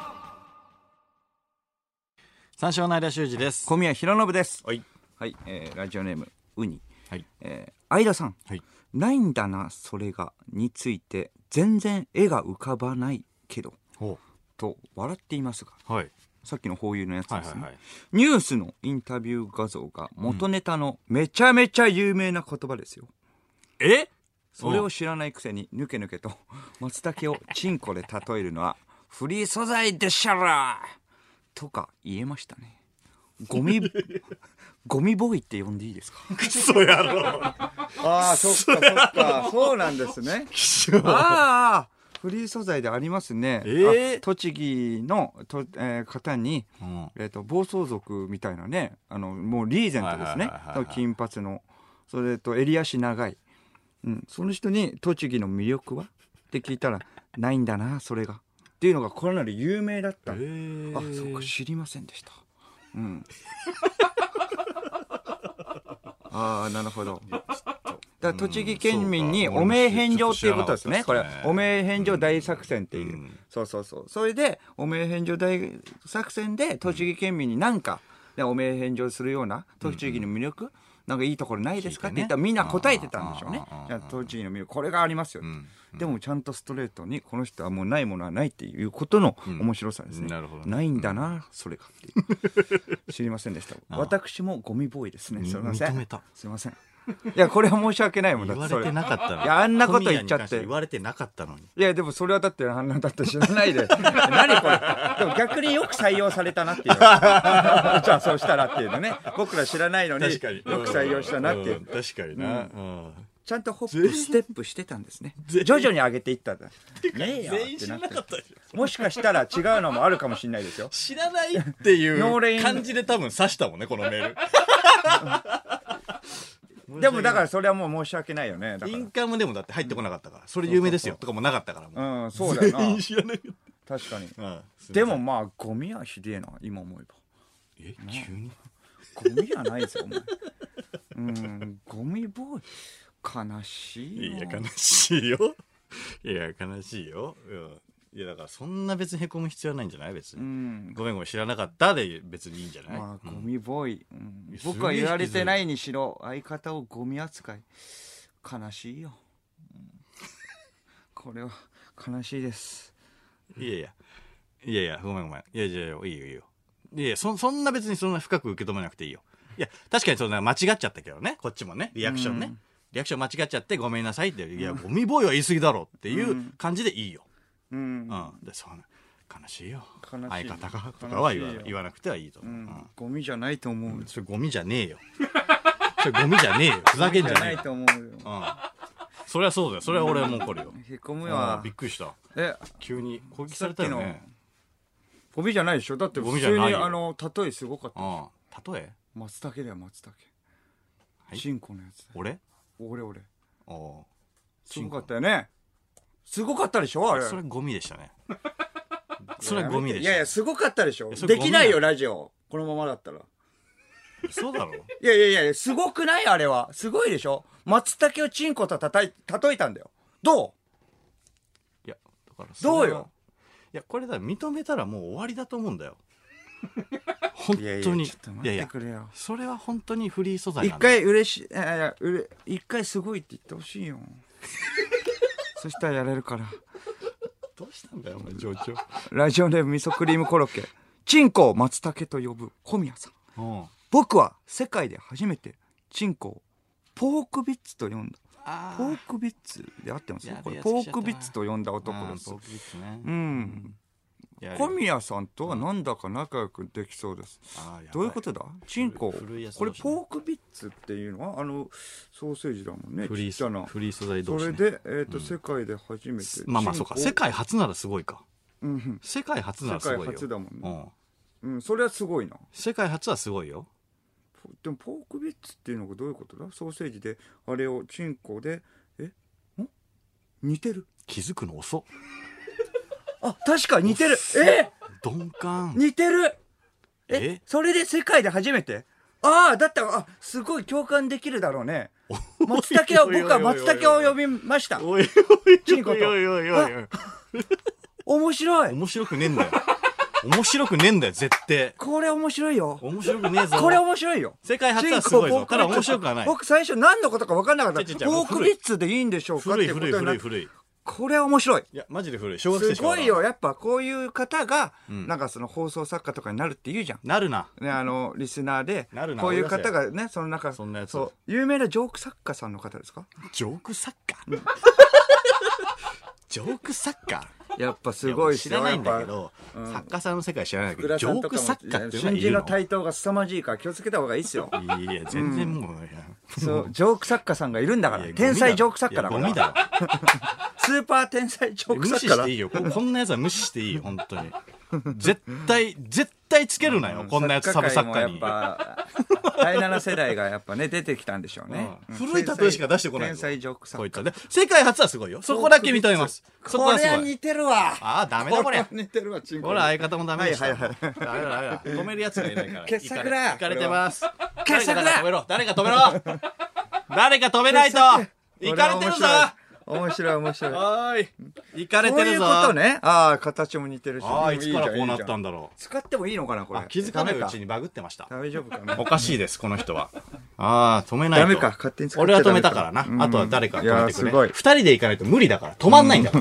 三四郎の間修二です。 小宮弘信です。 はい。 はい、えー、ラジオネームウニ。 はい。 えー、相田さん。 はい。 ないんだなそれがについて全然絵が浮かばないけど。 ほう。 と笑っていますが。 はい。 さっきのホーユーのやつですね、はいはいはい。 ニュースのインタビュー画像が元ネタのめちゃめちゃ有名な言葉ですよ。 え？ それを知らないくせにぬけぬけと松茸をチンコで例えるのはフリー素材でしゃらとか言えましたね。ゴミゴミボーイって呼んでいいですか？ クソ野郎。 ああ、そっかそっか、そうなんですね。ああ、フリー素材でありますね。 えー、 栃木のと、えー、方に、うん、えーと、暴走族みたいなね、あのもうリーゼントですね、金髪の、それと襟足長い、うん、その人に栃木の魅力はって聞いたらないんだなそれがっていうのがかなり有名だった。えー、あ、そっか、知りませんでした。うん。ああ、なるほど。だから栃木県民に汚名返上っていうことですね。これ汚名返上大作戦っていう、うん、そうそうそう。それで汚名返上大作戦で栃木県民に何か汚名返上するような栃木の魅力、うん、なんかいいところないですかって言ったらみんな答えてたんでしょうね。じゃあ栃木の魅力これがありますよ、うんうん、でもちゃんとストレートにこの人はもうないものはないっていうことの面白さですね、うん、なるほどね。ないんだな、うん、それがっていう知りませんでした。私もゴミボーイですね。すいません。 認めた。 すいません。いやこれは申し訳ないもんだって。 言われてなかったの。 いやあんなこと言っちゃって言われてなかったのに。 いやでもそれはだってあんなだって知らないで何これ。でも逆によく採用されたなっていうじゃあそうしたらっていうのね。僕ら知らないのによく採用したなっていう、 うん、確かにな、うん、 ちゃんとホップステップしてたんですね。徐々に上げていったんだ。ねえよってなって。もしかしたら違うのもあるかもしれないですよ。 知らないっていう感じで多分刺したもんねこのメール。 でもだからそれはもう申し訳ないよね。だからインカムでもだって入ってこなかったから、それ有名ですよとかもなかったからもう。うん、そうだよな。 全員知らない。 確かに。でもまあゴミはひでえな今思えば。 え、急にゴミはないですよお前。うん、ゴミボーイ悲しいよ。 いや悲しいよ。いや悲しいよ。いやだからそんな別にへこむ必要はないんじゃない別に、うん、ごめんごめん知らなかったで別にいいんじゃない、 まあ、ゴミボーイ、うん、僕は言われてないにしろ相方をゴミ扱い悲しいよ、うん、これは悲しいです。 いやいやいやいやごめんごめんいやいやいやいいよいいよいやいや そ, そんな別にそんな深く受け止めなくていいよ。いや確かにそんな間違っちゃったけどねこっちもねリアクションね、うん、リアクション間違っちゃってごめんなさいって、いやゴミボーイは言い過ぎだろっていう感じでいいよ。うん、うん、でそう悲しいよ悲しい相方がとかは言わ言わなくてはいいと思う、うんうん、 ゴミじゃないと思う、うん、 それゴミじゃねえよそれゴミじゃねえよふざけんじゃねえよないと思うよ、うん、 そりゃそうだよそれは俺はもう怒るよ。 へこむわ。 びっくりした。 え急に攻撃されたよね。 ゴミじゃないでしょ。だって普通にあの例えすごかったああ例え松茸だよ松茸、はい、チンコのやつ。 俺俺俺ああすごかったよね。すごかったでしょあれ。 それゴミでしたね。それはゴミでした。 いやいやすごかったでしょ。できないよラジオこのままだったら。 そうだろ。 いやいやいやすごくないあれは。すごいでしょ。松茸をチンコとたたい例えたんだよ。どう。 いやだからどうよ。 いやこれだ認めたらもう終わりだと思うんだよ。本当に。いやいやちょっと待ってくれよ。いやいやそれは本当にフリー素材なんだよ。 一回嬉しい。いやいやうれ一回すごいって言ってほしいよ。そしたらやれるから。 どうしたんだよお前情緒。 ラジオネーム味噌クリームコロッケ。チンコを松茸と呼ぶ小宮さん。 うん、 僕は世界で初めてチンコをポークビッツと呼んだ。ポークビッツで合ってますよこれ。ポークビッツと呼んだ男です。 ポークビッツね。 うん。小宮さんとはなんだか仲良くできそうです。どういうことだ。チンコ、これポークビッツっていうのはあのソーセージだもんね。 フリーちっちゃなフリー素材同士、ね、 それで、えーとうん、世界で初めてまあまあそうか世界初ならすごいか、 うん、 世界初ならすごいよ。 世界初だもんね、うんうん、それはすごいな。 世界初はすごいよ。 でもポークビッツっていうのがどういうことだ。ソーセージであれをチンコでえん似てる。 気づくの遅っ。 あ確かに似てる。え鈍感。 似てる。えそれで世界で初めて。ああだったらあすごい共感できるだろうね。松茸を僕は松茸を呼びました。 おいおいチンコと。 おいおいおいおい面白い。 面白くねえんだよ。面白くねえんだよ絶対。 これ面白いよ。 面白くねえぞ。 これ面白いよ。 世界初はすごいぞ。ただ面白くはない。 僕最初何のことか分かんなかった。ポークビッツでいいんでしょうかってことになって。 古い古い古い古い。 これは面白い。 いやマジで古い。小学生すごいよ。やっぱこういう方が、うん、なんかその放送作家とかになるって言うじゃん。 なるな。 ねあのリスナーでなるな。 こういう方がねその中そんなやつそう有名なジョーク作家さんの方ですか。 ジョーク作家。ジョーク作家。 やっぱすごい知らないんだけど、うん、作家さんの世界知らないけどジョーク作家っていうの瞬時の台頭が凄まじいから気をつけた方がいいですよ。 いや全然もう、うん、 そうジョーク作家さんがいるんだから。天才ジョーク作家だから。 ゴミだろ。 スーパー天才ジョーク作家だ。 無視していいよ。こんなやつは無視していいよ本当に。絶対絶対つけるなよ、うん、こんなやつサブ作家に。 だいなな世代がやっぱね出てきたんでしょうね、 うん、古い例えしか出してこない。 天才ジョーク作家で世界初はすごいよ。そこだけ認めます。そこはすごい。 これ似てるわ。 ああダメだこれ。 これ似てるわ。チンコほら相方もダメでした。 はいはいはい、 ダメだダメだ。止めるやつがいないから。 傑作だ。 いかれてます。 傑作だ。 誰か止めろ。誰か止めろ。誰か止めないと。いかれてるぞ。 面白い面白い。 はい。いかれてるぞ。 そういうことね。ああ形も似てるし。 ああいつからこうなったんだろう。 使ってもいいのかなこれ。 気づかないうちにバグってました。 大丈夫かな。 おかしいですこの人は。ああ止めないと。 ダメか勝手に使っちゃ俺は止めたからな。あとは誰か止めてくれ。 すごい。 二人で行かないと無理だから止まんないんだから。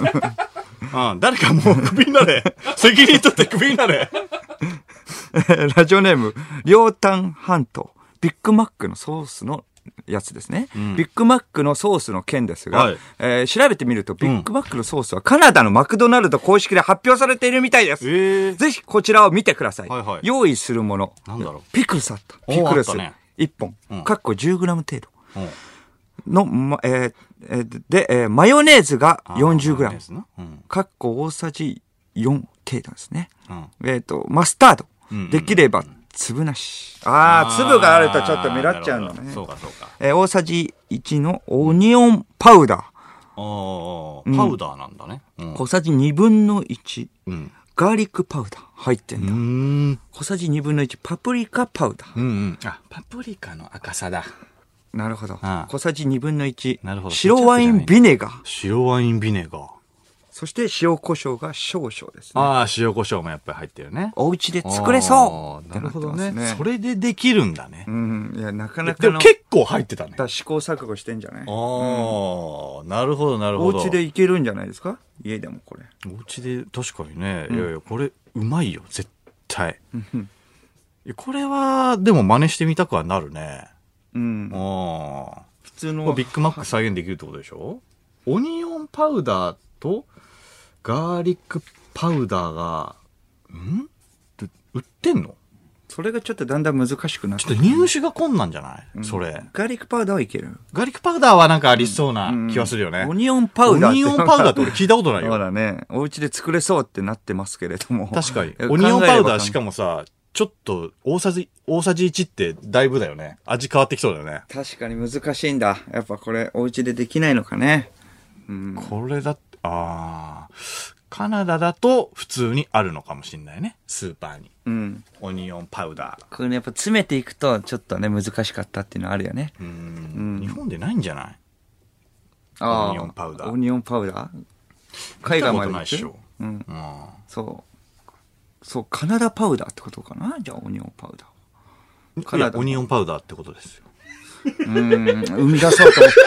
うん誰かもうクビになれ。責任取ってクビになれ。 ラジオネーム両端半島ビッグマックのソースのやつですね、うん、ビッグマックのソースの件ですが、はいえー、調べてみるとビッグマックのソースはカナダのマクドナルド公式で発表されているみたいです、えー、ぜひこちらを見てください、はいはい、用意するものなんだろうピクルスあったピクルスいっぽん、うん、かっこ じゅうグラム 程度の、まえー、で、えー、マヨネーズが よんじゅうグラム、うん、かっこ大さじよん程度ですね、うん、えっ、ー、とマスタード、うんうんうん、できれば粒なし。ああ、粒があるとちょっと目立っちゃうのね。 そうかそうか。 えー、大さじいちのオニオンパウダー。ああ、うん、パウダーなんだね。 うん、小さじにぶんのいち、うん、ガーリックパウダー入ってんだ。うん小さじにぶんのいちパプリカパウダー。うんうん、 あ、パプリカの赤さだ。 なるほど。ああ小さじにぶんのいち。 なるほど。 白ワインビネガー。 白ワインビネガー。 そして塩コショウが少々ですね。 ああ、塩コショウもやっぱり入ってるね。 お家で作れそうなるほどね。それでできるんだね。 うん。いや、なかなかでも結構入ってたね。 だ試行錯誤してんじゃない。ああ、 うん、なるほどなるほど。 お家でいけるんじゃないですか家でもこれ。 お家で確かにね。いやいや、これうまいよ、絶対。これは、でも真似してみたくはなるね。うん。ああ。普通の。ビッグマック再現できるってことでしょ。オニオンパウダーと、ガーリックパウダーが、ん売ってんの？ それがちょっとだんだん難しくなってちょっと入手が困難じゃない、うん、それ。 ガーリックパウダーはいける。 ガーリックパウダーはなんかありそうな気がするよね。うんうん、 オニオンパウダーオニオンパウダーって俺聞いたことないよ。 ほらね、お家で作れそうってなってますけれども。 確かに。オニオンパウダーしかもさ、ちょっと大さじ、大さじいちってだいぶだよね。味変わってきそうだよね。 確かに難しいんだ。やっぱこれお家でできないのかね。 うん、これだって、ああ。カナダだと普通にあるのかもしれないね。スーパーに。うん。オニオンパウダー。 これね、やっぱ詰めていくとちょっとね、難しかったっていうのはあるよね。うん。 うん、日本でないんじゃないあオニオンパウダー。 オニオンパウダー海外までないっしょ。 うん。うん。そう。そう、カナダパウダーってことかなじゃあ、オニオンパウダー。 カナダ。オニオンパウダーってことですよ。 うん。生み出そうと思って。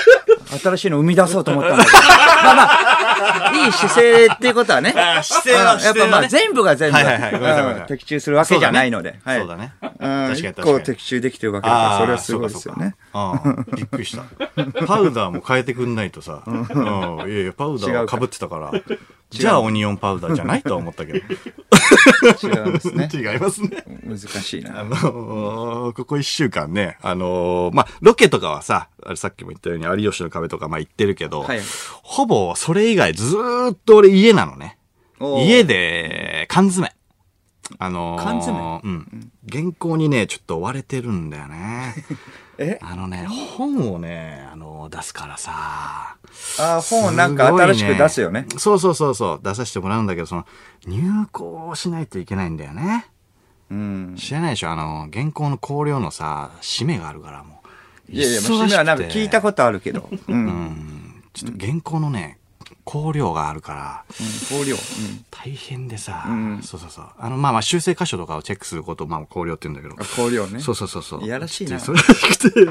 新しいの生み出そうと思ったんだけど。まあまあ、いい姿勢っていうことはね。 あ姿勢は、 やっぱまあ全部が全部、 はいはいはいごめんなさいごめんなさい的中するわけじゃないので。はい。 そうだね。 うん。 確かに確一かに個的中できてるわけだから、それはすごいですよね。 ああ、びっくりした。パウダーも変えてくんないとさ、うん、いやいや、パウダーは被ってたから、じゃあオニオンパウダーじゃないとは思ったけど。 違うんですね。 違いますね。 難しいな。 あのー、ここ一週間ね、あのー、まあ、ロケとかはさ、あれさっきも言ったように有吉の壁とかまあ行ってるけど、はい、ほぼそれ以外ずーっと俺家なのね。家で缶詰。あのー、 缶詰うん。原稿にね、ちょっと追われてるんだよね。 えあのね、本をね、あのー、出すからさ。ああ、本なんか新しく出すよね。 そうそうそうそう、出させてもらうんだけど、その、入稿しないといけないんだよね。 うん。 知らないでしょ、あの、原稿の考慮のさ、締めがあるからもう。 いやいや、締めはなんか聞いたことあるけど。 うん。うん、ちょっと原稿のね、考慮があるから、 うん、考慮、うん、 大変でさ、 うん、 そうそうそう。あの、まあまあ修正箇所とかをチェックすることを、まあ考慮って言うんだけど。 考慮ね。 そうそうそうそう。 いやらしいな。 それらしくて、うん。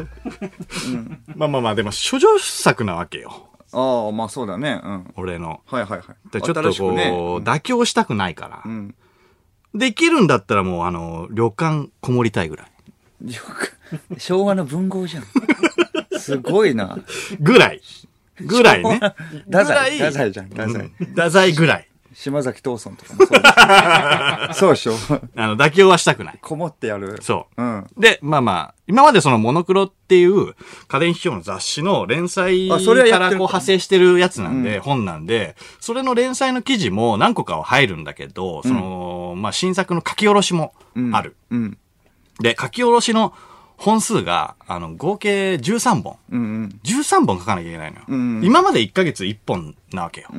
まあまあまあ、でも、諸女作なわけよ。 ああ、まあそうだね。うん。 俺の。 はいはいはい。 でちょっとこう、ね、うん、妥協したくないから。 うん。 できるんだったらもう、あの、旅館こもりたいぐらい。 旅館昭和の文豪じゃん。すごいな。 ぐらい。ぐらいね。 太宰。太宰じゃん。太宰。太宰ぐらい。 島崎藤村とかもそうだし。そうでしょ。 あの、妥協はしたくない。 こもってやる。 そう。 うん。 で、まあまあ、今までそのモノクロっていう家電批評の雑誌の連載からこう派生してるやつなんで、うん、本なんで、それの連載の記事も何個かは入るんだけど、その、うん、まあ新作の書き下ろしもある。 うん。うん、 で、書き下ろしの本数が、あの、合計じゅうさんぼん。 うんうん、 じゅうさんぼん書かなきゃいけないのよ。うんうん、今までいっかげついっぽんなわけよ。 うんうん、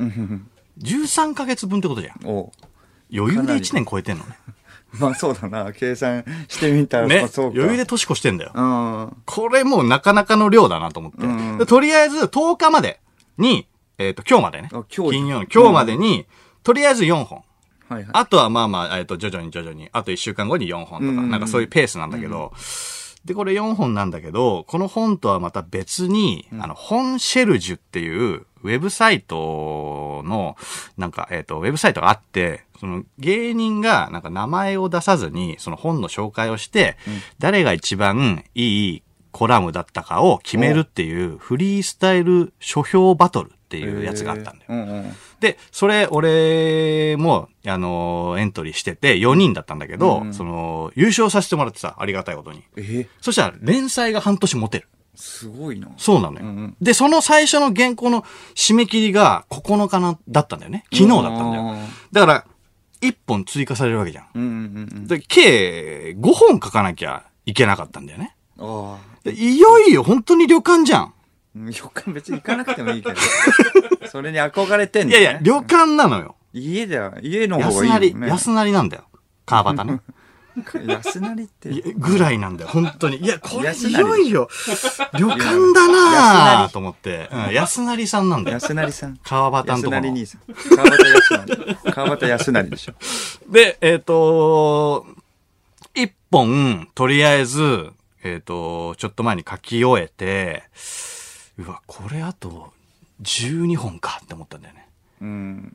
じゅうさんかげつぶんってことじゃん。 お余裕でいちねん超えてんのね。 まあそうだな。計算してみたら、 ね、 そうか。 余裕で年越してんだよ。 うん、 これもうなかなかの量だなと思って。うん、とりあえずとおかまでに、えっ、ー、と、今日までね。 今日金曜の今日までに、うん、とりあえずよんほん。 はいはい、 あとはまあまあ、えっ、ー、と、徐々に徐々に、あといっしゅうかんごによんほんとか、うんうん、なんかそういうペースなんだけど、うんで、これよんほんなんだけど、この本とはまた別に、うん、あの、本シェルジュっていうウェブサイトの、なんか、えっと、ウェブサイトがあって、その芸人がなんか名前を出さずに、その本の紹介をして、うん、誰が一番いいコラムだったかを決めるっていうフリースタイル書評バトルっていうやつがあったんだよ。 うんうん、 で、それ、俺も、あの、エントリーしてて、よにんだったんだけど、うん、その、優勝させてもらってさ、ありがたいことに。 えそしたら、連載が半年持てる。 すごいな。 そうなのよ。うんうん、で、その最初の原稿の締め切りがここのかな、だったんだよね。昨日だったんだよ。だから、いっぽん追加されるわけじゃん。 うんうんうん、 で、計ごほん書かなきゃいけなかったんだよね。 あでいよいよ本当に旅館じゃん。 旅館別に行かなくてもいいけど。それに憧れてんだよ、ね。 いやいや、旅館なのよ。 家だよ。家の方がいいよ、ね。 安成、安成なんだよ。川端ね。 安成って。 ぐらいなんだよ、本当に。いや、これいよいよ、旅館だなぁと思って。うん、安成さんなんだよ。 安成さん。 川端のところ。 安成兄さん。川端安成。川端安成でしょ。 で、えっ、ー、とー、一本、とりあえず、えっ、ー、と、ちょっと前に書き終えて、うわ、これあとじゅうにほんかって思ったんだよね。 うん。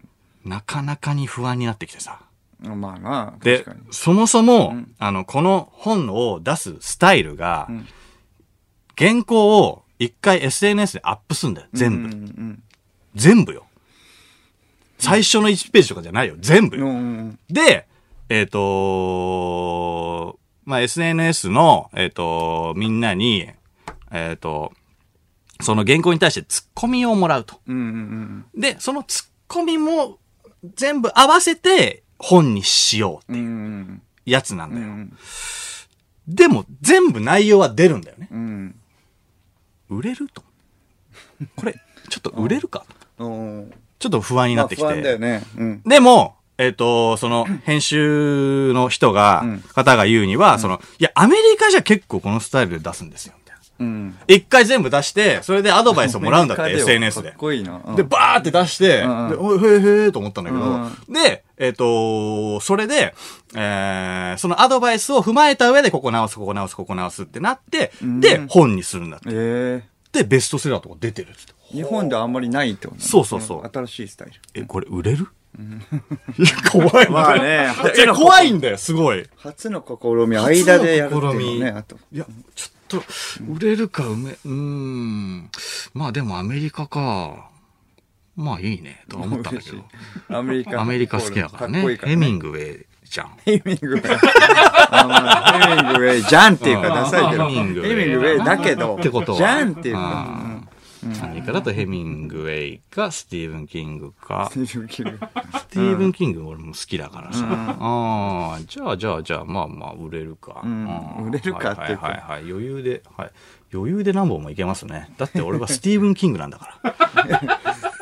なかなかに不安になってきてさ。 まあな、 で確かに。 そもそも、 うん、 あの、この本を出すスタイルが、うん、原稿を一回 エスエヌエス でアップすんだよ。全部。 うんうんうん、 全部よ。最初のいちページとかじゃないよ。全部よ。 うんうん、 で、えっ、ー、とまあ、エスエヌエス の、えっ、ー、とみんなに、えっ、ー、とその原稿に対してツッコミをもらうと。 うんうんうん、 で、そのツッコミも全部合わせて本にしようっていうやつなんだよ。うんうん、でも全部内容は出るんだよね。 うん、 売れると。これ、ちょっと売れるかちょっと不安になってきて。 まあ、不安だよね。うん、 でも、えっ、ー、と、その、編集の人が、うん、方が言うには、うん、その、いや、アメリカじゃ結構このスタイルで出すんですよ。 うん、 一回全部出して、それでアドバイスをもらうんだって、エスエヌエス で。 かっこいいな。 うん、で、バーって出して、うんうん、で、へーへーと思ったんだけど、うん、で、えっ、ー、と、それで、えー、そのアドバイスを踏まえた上で、ここ直す、ここ直す、ここ直すってなって、うん、で、本にするんだって。 えー、 ってベストセラーとか出てるっつって。 日本ではあんまりないってことね。 そうそうそう。 新しいスタイル。 え、これ売れる？うん、いや、怖い。 まあね、 初の怖いんだよ、すごい。 初の試み、間でやるっていうね、あと。 いや、ちょっと、売れるか、うめ、うーん。まあでもアメリカか。まあいいね、とは思ったんだけど。 アメリカ。 アメリカ好きだからね。かっこいいからね。ヘミングウェイじゃん。 ヘミングウェイ。あまあ、ヘミングウェイじゃんっていうかダサいけど。ヘミングウェイだけど。 ってことは。 じゃんっていうか。 アメリカだとヘミングウェイかスティーブン・キングか。 スティーブン・キング。 スティーブン・キング俺も好きだからさ。ああ、じゃあじゃあじゃあ、まあまあ売れるか。 売れるかっていうか。 はいはいはい。余裕で、はい。余裕で何本もいけますね。だって俺はスティーブン・キングなんだから。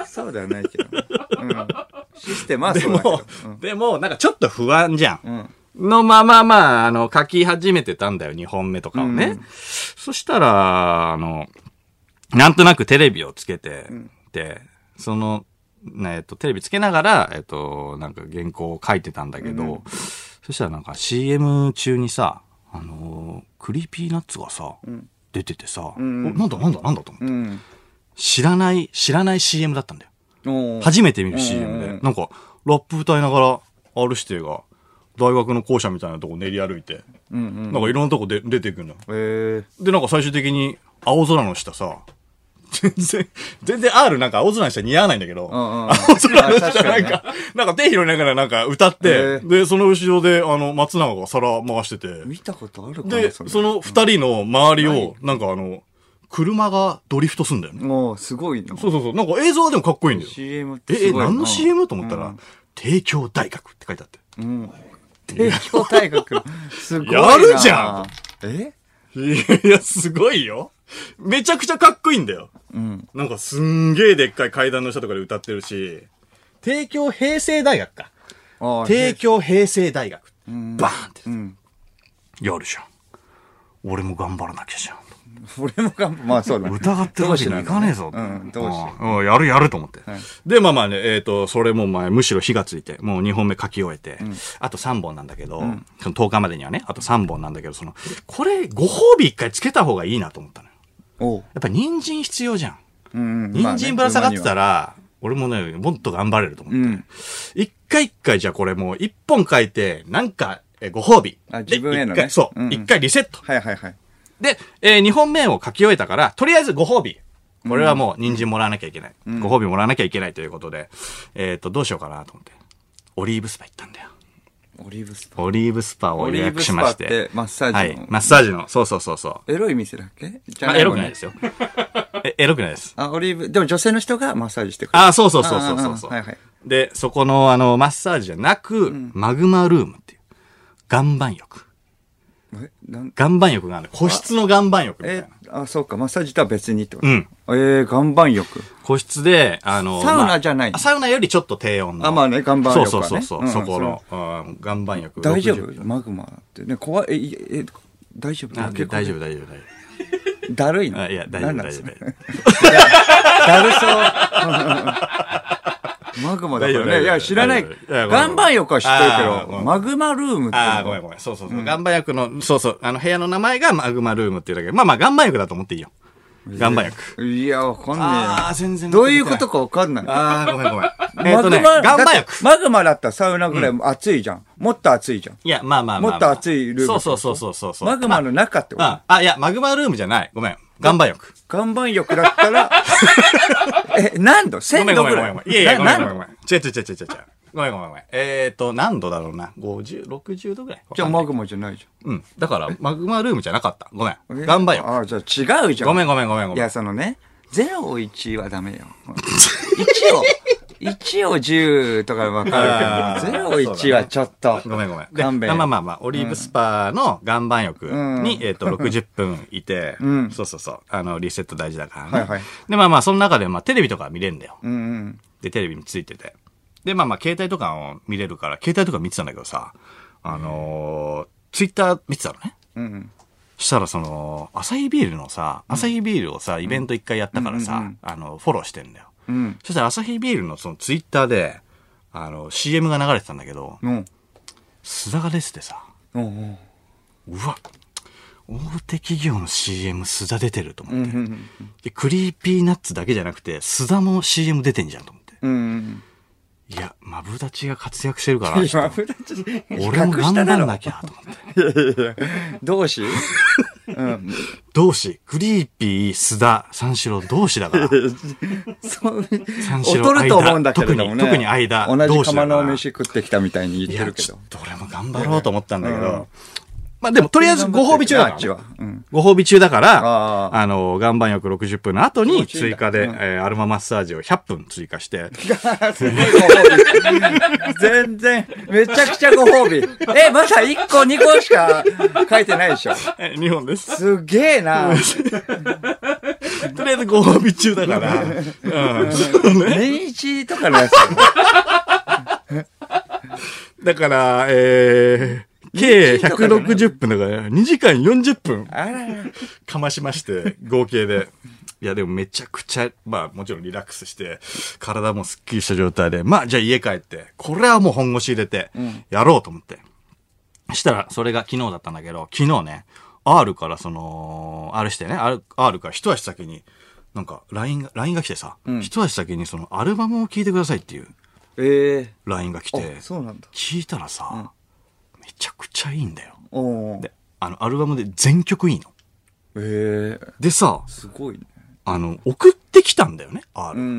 そうではないけど。うん。システムはそうだけど。 でも、なんかちょっと不安じゃん。のまままあ、あの、書き始めてたんだよ、にほんめとかをね。そしたら、あの、なんとなくテレビをつけて、うん、で、その、えっと、テレビつけながら、えっと、なんか原稿を書いてたんだけど、うん、そしたらなんか シーエム 中にさ、あのー、クリーピーナッツがさ、うん、出ててさ、うん、なんだなんだなんだと思って、うん、知らない、知らない シーエム だったんだよ。初めて見る シーエム で、なんか、ラップ歌いながら、R 指定が、大学の校舎みたいなとこ練り歩いて、うんうん、なんかいろんなとこで出てくるの。へー。で、なんか最終的に、青空の下さ、全然、全然 R なんか青空の下似合わないんだけど、うんうん、青空の下なんか、なんか手広いながらなんか歌って、で、その後ろで、あの、松永が皿回してて、 見たことあるかなで、そ, その二人の周りを、なんかあの、車がドリフトすんだよね。 もう、すごいな。 そうそうそう。なんか映像はでもかっこいいんだよ。 シーエム ってすごいな。 え、え、何の シーエム と思ったら、うん、帝京大学って書いてあって。 うん。帝京大学。すごいな。 やるじゃん。 えいや、すごいよ。めちゃくちゃかっこいいんだよ。うん。なんかすんげえでっかい階段の下とかで歌ってるし、帝京平成大学か。帝京平成大学。バーンって。うん。やるじゃん。俺も頑張らなきゃじゃん。 俺も頑張、まあそうだ。 疑ってるわけにいかねえぞ。 うん、どうしよう。うん、やるやると思って。はい、で、まあまあね、えっ、ー、と、それもまあ、むしろ火がついて、もうにほんめ書き終えて、うん、あとさんぼんなんだけど、うん、そのとおかまでにはね、あとさんぼんなんだけど、その、これ、ご褒美いっかいつけた方がいいなと思ったのよ。おやっぱ人参必要じゃん。うん、人参ぶら下がってたら、まあね、俺もね、もっと頑張れると思って。一、うん、回一回じゃあこれもう一本書いて、なんか、えご褒美。 あ、自分へのね。 そう。一、うん、回リセット。 はいはいはい。 で、えー、にほんめを書き終えたから、とりあえずご褒美。これはもう人参もらわなきゃいけない。うん、ご褒美もらわなきゃいけないということで、えっ、ー、と、どうしようかなと思って。オリーブスパ行ったんだよ。 オリーブスパオリーブスパを予約しまして。 オリーブスパってマッサージの。 はい。マッサージの。そうそうそうそう。 エロい店だっけじゃない、あ、エロくないですよ。え、エロくないです。 あ、オリーブ、でも女性の人がマッサージしてくれる。 あ、そうそうそうそうそうそう。はいはい。で、そこのあの、マッサージじゃなく、うん、マグマルームっていう。岩盤浴。え岩盤浴がある。個室の岩盤浴みたいな。 えー、あ、そうか。マッサージとは別にってこと。うん。えー、岩盤浴。 個室で、あの、 サウナじゃない、 まあ、サウナよりちょっと低温の。 あ、まあね、岩盤浴、ね。 そうそうそう。うん、そこの、うん、岩盤浴。 大丈夫マグマってね、怖い、え、え、大丈夫あ大丈夫、大丈夫、大丈夫。 だるいのあいや、大丈夫、大丈夫。 だるそう。マグマだからね。いや、知らない。岩盤浴は知ってるけど、マグマルームって。 ああ、ごめんごめん。そうそうそう。岩盤浴の、そうそう。あの、部屋の名前がマグマルームっていうだけ。まあまあ、岩盤浴だと思っていいよ。岩盤浴。 いや、わかんねえよ。 ああ、全然。 どういうことかわかんない。 ああ、ごめんごめん。えっとね、岩盤浴。 マグマだったらサウナぐらい暑いじゃん。もっと暑いじゃん。 いや、まあまあまあ。 もっと暑いルーム。 そうそうそうそうそう。 マグマの中ってことあ、いや、マグマルームじゃない。ごめん。岩盤浴。 岩盤浴だったら、え、何度 ?せん 度ぐらい。 いやいや、ごめんごめんごめん。違う違う違う違う違う。ごめんごめんごめん。えっと、何度だろうな。ごじゅう、ろくじゅうどぐらい。 じゃあマグマじゃないじゃん。うん。だから、マグマルームじゃなかった。ごめん。岩盤浴。 ああ、じゃあ違うじゃん。 ごめんごめんごめんごめん。 いや、そのね、ゼロをいちはダメよ。いちを、いちをじゅうとかわかるけど、ゼロをいちはちょっと。 ごめんごめん。勘弁。まあまあまあ、オリーブスパの岩盤浴に、えっと、ろくじゅっぷんいて、そうそうそう。あの、リセット大事だからね。はいはい。で、まあまあ、その中で、まあ、テレビとか見れるんだよ。うんうん。で、テレビについてて。で、まあまあ、携帯とかを見れるから、携帯とか見てたんだけどさ、あのー、ツイッター見てたのね。うん。したらその、アサヒビールのさ、アサヒビールをさ、イベント一回やったからさ、あの、フォローしてんだよ。うん。そしたらアサヒビールのそのツイッターで、あの、シーエム が流れてたんだけど、うん。須田が出ててさ、うんうん。うわ、 大手企業の シーエム 須田出てると思って、うんうんうん、でクリーピーナッツだけじゃなくて須田も シーエム 出てんじゃんと思って、うんうん、いやマブダチが活躍してるからマブダチ俺も頑張んなきゃと思っていやいやいや同志、うん、 同志クリーピー須田三四郎同志だからそう三四郎劣ると思うんだけれどもね特に特に間同じ釜の飯食ってきたみたいに言ってるけどちょっと俺も頑張ろうと思ったんだけど、うんまあでも、とりあえずご褒美中だから、うん。ご褒美中だから、あ, あの、岩盤浴ろくじゅっぷんの後に追加で、うんえー、アルママッサージをひゃっぷん追加して。 すごいご褒美。全然、めちゃくちゃご褒美。え、まだいっこ、にこしか書いてないでしょ。 え、にほんです。 すげえな。 とりあえずご褒美中だから。うん。そうね。 年一とかのやつ。 だから、えー、計ひゃくろくじゅっぷんだからにじかんよんじゅっぷんかましまして合計でいやでもめちゃくちゃまあもちろんリラックスして体もすっきりした状態でまあじゃあ家帰ってこれはもう本腰入れてやろうと思って、うん、したらそれが昨日だったんだけど昨日ね R からその R してね R, R から一足先になんか ライン が ライン が来てさ、うん、一足先にそのアルバムを聴いてくださいっていうえー、 ライン が来てそうなんだ聞いたらさ、うんめちゃくちゃいいんだよ。で、あの、アルバムで全曲いいの。 へえ。 でさ、 すごいね。 あの、送ってきたんだよね、R。 うんうんうん、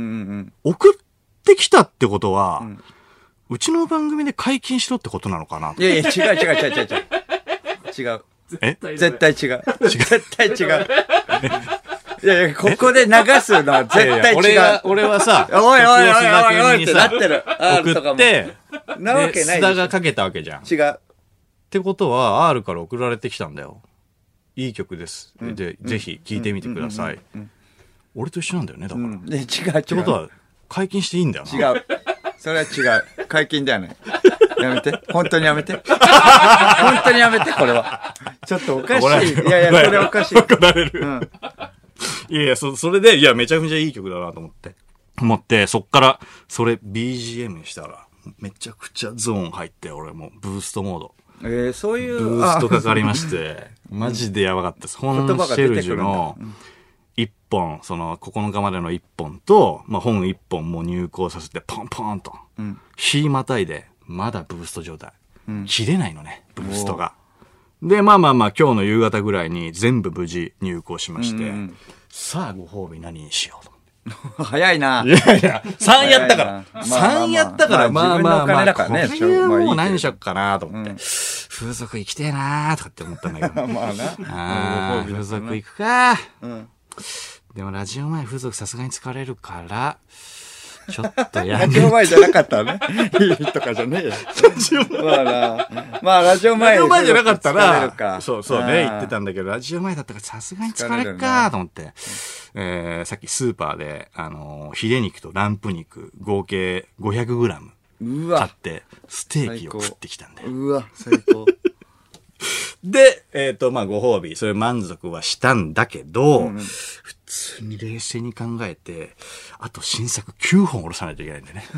送ってきたってことは、うん、うちの番組で解禁しろってことなのかな。 いやいや、違う違う違う違う違う。違う。 え絶対違う。絶対違う。いやいや、ここで流すのは絶対違う。 俺は、俺はさ、 おいおいおいおいおいってなってる。 送って、 なわけない。 須田がかけたわけじゃん。 違う。 ってことは R から送られてきたんだよ。いい曲です。うん、で、うん、ぜひ聴いてみてください。俺と一緒なんだよね、だから。うん、 違う違う。 ってことは解禁していいんだよな。違う。それは違う。解禁だよね。やめて。本当にやめて。本当にやめて、これは。ちょっとおかしい。いやいや、それおかしい。 怒られる。うん、いやいや、そ、それで、いや、めちゃくちゃいい曲だなと思って。思って、そっから、それ ビージーエム にしたら、めちゃくちゃゾーン入って、俺もブーストモード。 えー、そういう。 ブーストかかりまして、マジでやばかったです。本シェルジュの一本、そのここのかまでの一本と、まあ、本一本も入稿させて、ポンポンと。うん、日またいで、まだブースト状態。うん、切れないのね、ブーストが。で、まあまあまあ、今日の夕方ぐらいに全部無事入稿しまして、うん、さあ、ご褒美何にしようと。 早いな。 いやいや、さんやったから。さんやったから、まあまあまあ、これはもう何しよっかなと思って。風俗行きてえなーとかって思ったんだけど。 まあな。 ああ、風俗行くか。でもラジオ前風俗さすがに疲れるから、ちょっとやめて。 ラジオ前じゃなかったね。いいとかじゃねえよ。ラジオ前。まあな。まあラジオ前。 ラジオ前じゃなかったら、そうそうね、言ってたんだけど、ラジオ前だったからさすがに疲れるかと思って。えー、さっきスーパーで、あのー、ヒレ肉とランプ肉合計 ごひゃくグラム 買って、ステーキを食ってきたんだよ。 うわ、最高。 で、えっ、ー、と、まあ、ご褒美、それ満足はしたんだけど、うんうん、普通に冷静に考えて、あと新作きゅうほん下ろさないといけないんだよね。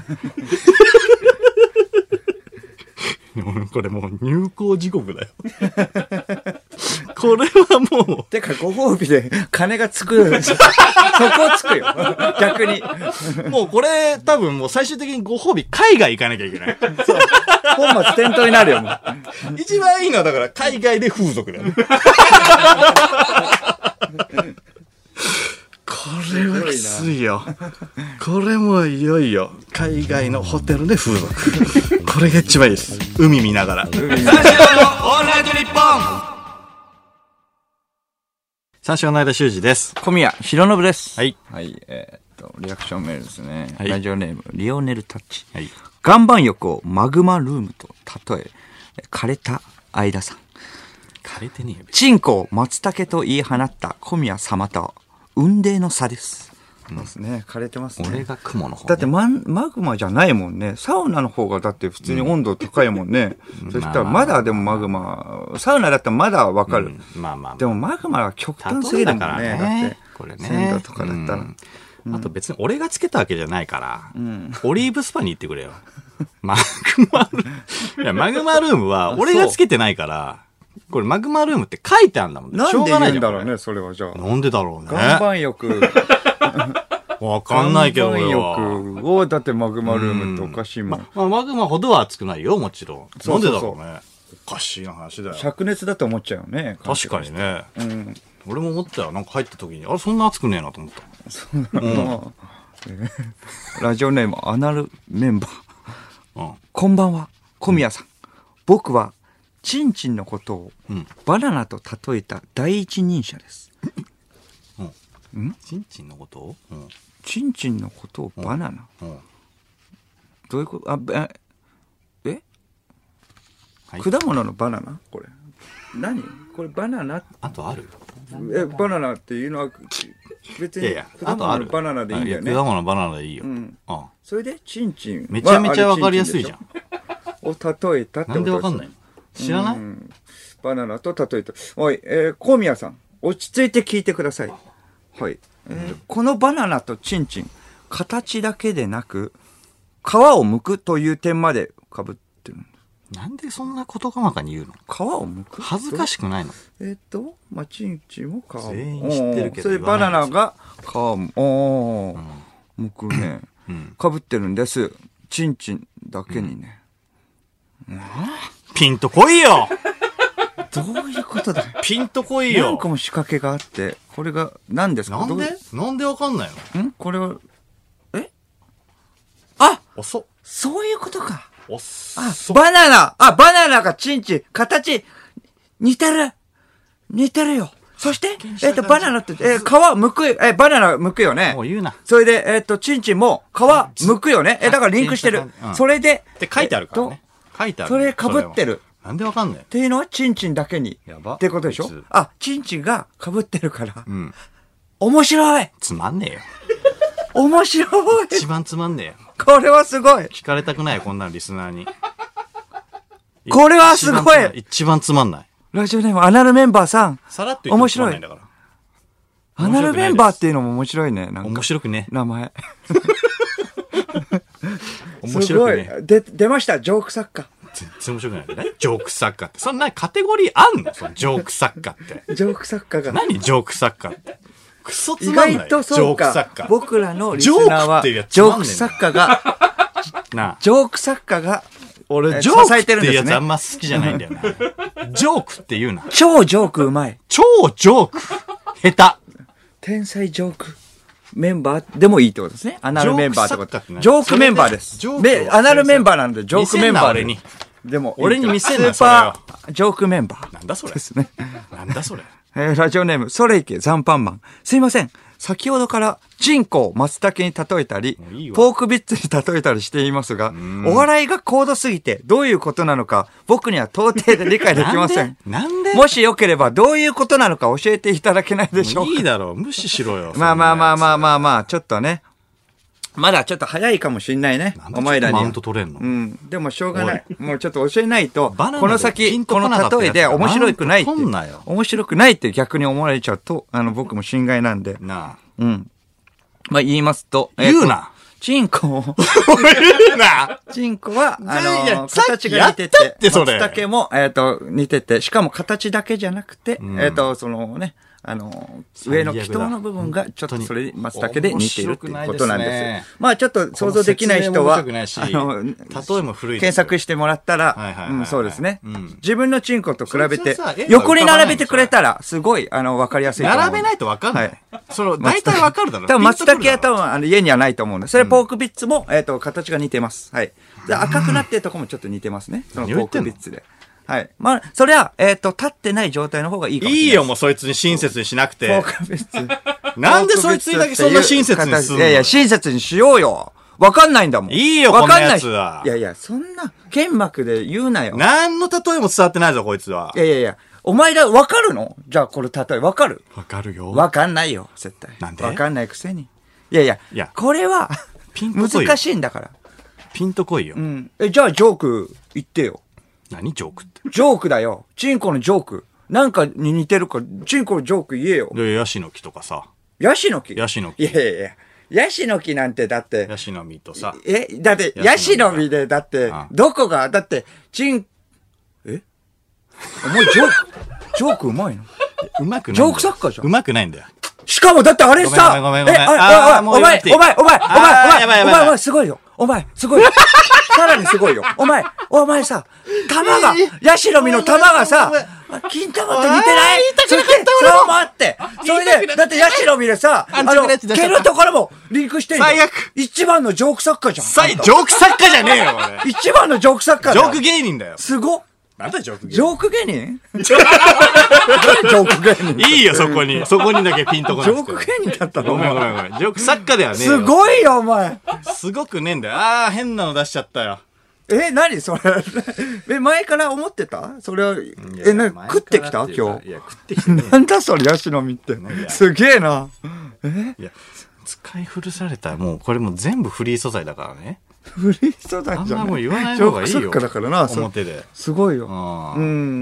これもう入稿時刻だよ。これはもう。 てかご褒美で金がつく。そこつくよ。逆に。 もうこれ多分もう最終的にご褒美海外行かなきゃいけない。 そう。本末転倒になるよ、もう。 一番いいのはだから海外で風俗だよね。これはきついよ。これもいよいよ海外のホテルで風俗。これが一番いいです。海見ながら。三四郎のオールナイトニッポン。三四郎の間修二です。 小宮弘信です。 はい。 はい。えー、っとリアクションメールですね。はい、ラジオネームリオネルタッチ。 はい。 岩盤浴をマグマルームと例え枯れた相田さん。 枯れてねえよ。 チンコを松茸と言い放った小宮様と雲泥の差です。そうですね。枯れてますね。 俺が雲の方、ね。 だってママグマじゃないもんね。サウナの方がだって普通に温度高いもんね。うん、そしたらまだでもマグマ、サウナだったらまだわかる、 うん。まあまあ、まあ。 でもマグマは極端すぎるもんね。ねだってこれね。 鮮度とかだったら。うんうん、あと別に俺がつけたわけじゃないから、うん、オリーブスパに行ってくれよ。マグマルーム。いや、マグマルームは俺がつけてないから、 これマグマルームって書いてあるんだもんね。 なんでしょうがないじゃん。 言うんだろうね、それはじゃあ。 なんでだろうね。 岩盤浴。 わかんないけどよ。 岩盤浴を、だってマグマルームっておかしいもん。 ま、まあ、マグマほどは熱くないよ、もちろん。なんでだろうね。おかしいな話だよ。 灼熱だと思っちゃうよね。 確かにね。 うん。 俺も思ったよ。なんか入った時に、あれそんな熱くねえなと思った。 そうなの。ラジオネーム、アナルメンバー。うん、こんばんは、小宮さん。僕は、チンチンのことを、バナナと例えた第一人者です。 うん、んチンチンのことを、うん、 チンチンのことをバナナ、うんうん、どういうことあ、え、はい、果物のバナナこれ。何これバナナあとあるえ、バナナっていうのは、別に果物のバナナでいいんだよね。 果物のバナナでいいよ。うん。 ああそれで、チンチン。 めちゃめちゃわかりやすいじゃん。 を例えたってことです。 なんでわかんないの知らない、うん、 バナナと例えた。おい、えー、小宮さん、落ち着いて聞いてください。はい。えーうん、このバナナとチンチン、形だけでなく、皮を剥くという点まで被ってるんです。 なんでそんな事細かに言うの？ 皮を剥く恥ずかしくないの？ えっ、ー、と、まあ、チンチンも皮を全員知ってるけど。 それでバナナが皮を、おー、うん、剥くね。うん、被ってるんです。チンチンだけにね。 うん、ピンとこいよどういうことだピンとこいよ。 何個も仕掛けがあって、これが何ですか？ なんでなんでわかんないの？んこれは、えあ遅っ。 そういうことか。 おっあ、バナナあ、バナナがチンチン、形、似てる似てるよ。そして、えっと、バナナって、えー、皮剥く、えー、バナナ剥くよね。 もう言うな。 それで、えっと、チンチンも皮剥くよね。え、だからリンクしてる。うん、それで、 って書いてあるからね。書いてある。 それ被ってる。 なんでわかんないっていうのは、チンチンだけに。 やば。 ってことでしょ？あ、チンチンが被ってるから。 うん。 面白いつまんねえよ。 面白い一番つまんねえよ。 これはすごい。 聞かれたくないよ、こんなのリスナーに。 これはすごい。 一番つまんない。 ラジオネーム、アナルメンバーさん。 さらっと言ってつまんないんだから。 アナルメンバーっていうのも面白いね。なんか面白くね。 名前。 面白くね。 すごい。で、出ました、ジョーク作家。 全然面白くないね。ジョーク作家って。そんなカテゴリーあんの？そのジョーク作家って。 ジョーク作家が。 何ジョーク作家って。クソつまんない。 意外とそうか。 ジョーク作家。 僕らのリスナーは、ジョーク作家が、 なジョーク作家が、 俺、ジョークっていうやつあんま好きじゃないんだよな。ジョークって言うな。 超ジョークうまい。 超ジョーク下手。 天才ジョークメンバーでもいいってことですね。アナルメンバーってこと。ジョークメンバーです。アナルメンバーなんで、ジョークメンバーで。でも、 俺に見せるスーパージョークメンバー。 なんだそれですね。 なんだそれ。 えー、ラジオネーム、ソレイケ残飯マン。すいません。先ほどからチンコを松茸に例えたり、いいポークビッツに例えたりしていますが、お笑いが高度すぎてどういうことなのか僕には到底で理解できません。 なんでもしよければどういうことなのか教えていただけないでしょうか。 いいだろう。無視しろよ。 まあまあまあまあまあまあ、ちょっとね。まだちょっと早いかもしんないね。お前らに。 マウント取れんの？ うん。でもしょうがない。もうちょっと教えないと、この先、この例えで面白くないって。面白くないって逆に思われちゃうと、あの、僕も心外なんで。 なあ。 うん。まあ、言いますと。 言うな。 チンコを。 言うな。 チンコは、あの、形が似てて、松茸も、えっと、似てて、しかも形だけじゃなくて、えっと、そのね、あの、上の気筒の部分がちょっとそれ、松茸で似ているっていうことなんです。まあちょっと想像できない人は、あの、 例えも古い検索してもらったら、そうですね。自分のチンコと比べて、横に並べてくれたら、すごい、あの、わかりやすいと思う。 並べないとわかんない。その、大体わかるだろ。 多分松茸は多分、あの、家にはないと思うんで、それポークビッツも、えっと、形が似てます。はい。赤くなってるとこもちょっと似てますね。そのポークビッツで。はい。まあ、それは、えっと、立ってない状態の方がいいかもしれない。 いいよ、もうそいつに親切にしなくて。 ポークビッツ。 なんでそいつにだけそんな親切にするの？ いやいや、親切にしようよ。わかんないんだもん。 いいよ、こんなやつは。 いやいや、そんな、剣幕で言うなよ。 何の例えも伝わってないぞ、こいつは。 いやいやいや、お前らわかるの？じゃあ、これ例えわかる？ わかるよ。 わかんないよ、絶対。 なんで？ わかんないくせに。いやいや、いやこれは、難しいんだから。 ピンとこいよ。 うん。え、じゃあ、ジョーク言ってよ。 何ジョークって。 ジョークだよ。チンコのジョーク。なんかに似てるから、チンコのジョーク言えよ。 で、ヤシの木とかさ。 ヤシの木？ ヤシの木。 いやいやいや。ヤシの木なんてだって。 ヤシの実とさ。 え、だって、ヤシの実で、だって、どこが、だって、チン、えお前ジョーク、ジョークうまいの？ うまくない。 ジョーク作家じゃん。 うまくないんだよ。 しかもだってあれさ、 ごめんごめんごめん。 え、あ、お前、お前、お前、お前、お前、お前、お前、お前、すごいよ。お前、すごいよ。さらにすごいよ。お前、お前さ、玉が、ヤシの実の玉がさ、金玉と似てない？そして、そうもあって。それで、だってヤシの実でさ、あの、蹴るところもリンクしてんじゃん。 最悪。 一番のジョーク作家じゃん。 最、ジョーク作家じゃねえよ、俺。 一番のジョーク作家ジョーク芸人だよ。 すごっ。 なんだジョーク芸人？ ジョーク芸人？ジョーク芸人。 いいよ、そこに。そこにだけピンとこない。 ジョーク芸人だったの？ ごめんごめんごめん。ジョーク作家ではねえよ。 すごいよ、お前。 すごくねえんだよ。あー、変なの出しちゃったよ。 え、何それ。え、前から思ってたそれは、え、な、食ってきた今日。いや、 食ってきてね。 なんだそれ、ヤシの実って。すげえな。 えいや、使い古された。もう、これもう全部フリー素材だからね。 フリー素材じゃん。 あんまもう言わない方がいいよ。 ジョーク作家だからな、 表で。 すごいよ。うん。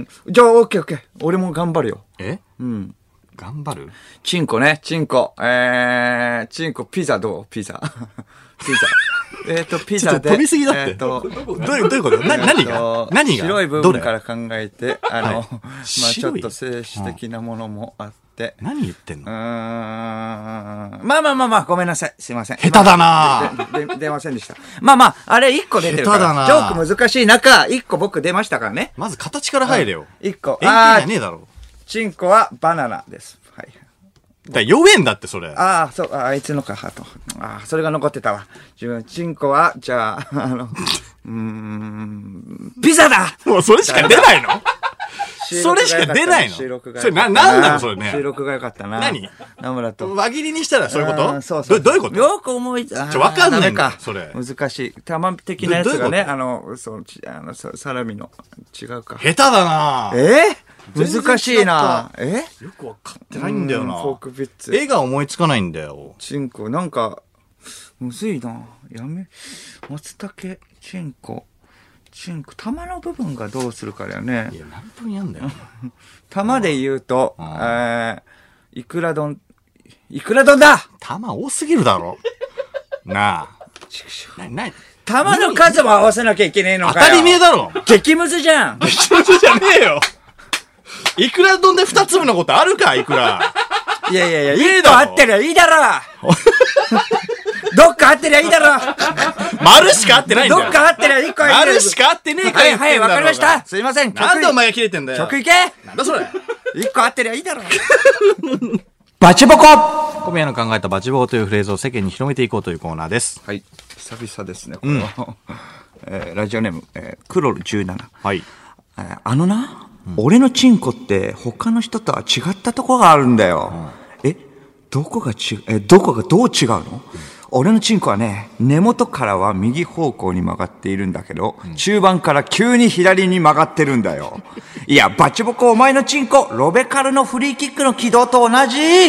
じゃあ、オッケーオッケー。俺も頑張るよ。 えうん。 頑張る？ チンコね、チンコ。えー、チンコ、ピザどう？ピザ。ピザ。えっと、ピザで。 飛びすぎだって。 えっと、 どういう、どういうことな、何が何が白い部分から考えて、あの、 はい、 まあちょっと静止的なものもあって。 何言ってんの？ うーん。まあまあまあまあ、ごめんなさい。すいません。 下手だなぁ。で、で、出ませんでした。まあまあ、あれ一個出てるから。 下手だなぁ。 ジョーク難しい中、一個僕出ましたからね。 まず形から入れよ。 一個。 円形じゃねえだろ。 チンコはバナナです。はい。 だ弱えんだって、それ。 ああ、そう、あいつのか、ハート。ああ、それが残ってたわ。自分、チンコは、じゃあ、あの、うーん、ピザだもうそれしか出ないのそれしか出ないの収録がそれな、なんなのそれね。 収録が良かったな。 何ナムラと。 輪切りにしたらそういうことそうそう。 どういうことよく思いつ、 ちょ、わかんないんだか。 それ。 難しい。玉的なやつがね、あの、そう、あの、サラミの、違うか。 下手だなえ難しいなえよくわかってないんだよな。 フォークビッツ。 絵が思いつかないんだよ。 チンコ、なんか、むずいなやめ、松茸、チンコ。チンコ、玉の部分がどうするかだよね。 いや、何分やんだよ。 玉で言うと、えー、いくら丼、いくら丼だ玉多すぎるだろ。なあ。な、な、 玉の数も合わせなきゃいけねえのかよ。 当たり前だろ。 激ムズじゃん。 激ムズじゃねえよ。いくら丼で二粒のことあるかいくら。 いやいやいや、いいと合ってりゃいいだろ。どっか合ってりゃいいだろ。 丸しか合ってないんだよ。 どっか合ってりゃ一個合ってる。 丸しか合ってねえかはいはい、わかりました。すいません。 なんでお前が切れてんだよ。 曲いけ。 なんだそれ。 一個合ってりゃいいだろ。バチボコ小宮の考えたバチボコというフレーズを世間に広めていこうというコーナーです。 はい。久々ですね、これは。えー、ラジオネーム、えー、クロルじゅうなな。 はい。 えー、あのな、うん、俺のチンコって他の人とは違ったとこがあるんだよ。うん、え、どこがち、え、どこがどう違うの？うん、俺のチンコはね、根元からは右方向に曲がっているんだけど、うん、中盤から急に左に曲がってるんだよ。いや、バチボコお前のチンコ、ロベカルのフリーキックの軌道と同じ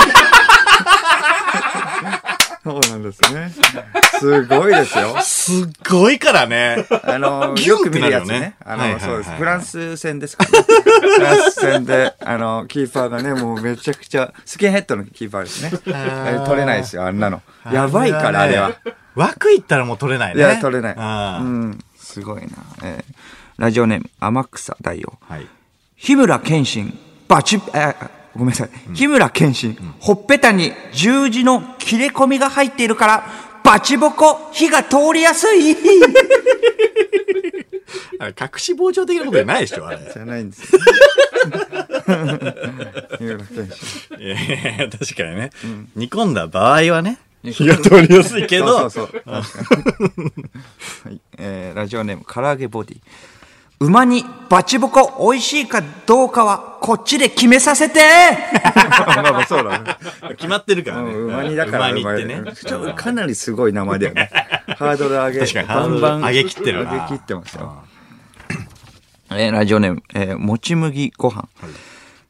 そうなんですね。すごいですよ。 すっごいからね。 あの、よく見るやつね。あの、そうです。フランス戦ですかね。フランス戦で、あの、キーパーがね、もうめちゃくちゃ、スキンヘッドのキーパーですね。取れないですよ、あんなの。やばいから、あれは。 枠いったらもう取れないね。 いや、取れない。うん。すごいな。えー、ラジオネーム、天草大王。はい。日村謙信、バチ、えごめんなさい。うん、日村謙信、うん、ほっぺたに十字の切れ込みが入っているから、バチボコ、火が通りやすい。 あれ、隠し包丁的なことじゃないでしょ、あれ。 じゃないんですよ。日村謙信。 いやいや、確かにね、うん。煮込んだ場合はね、火が通りやすいけど。そうそうそう。はい、 えー、ラジオネーム、唐揚げボディ。馬にバチボコ美味しいかどうかはこっちで決めさせてまあまあそうだね。 決まってるからね。 馬にだから馬にってね。 かなりすごい名前だよね。ハードル上げ、 確かにハードル上げ切ってるな。 上げ切ってますよ。えー、ラジオネーム、えー、もち麦ご飯。はい、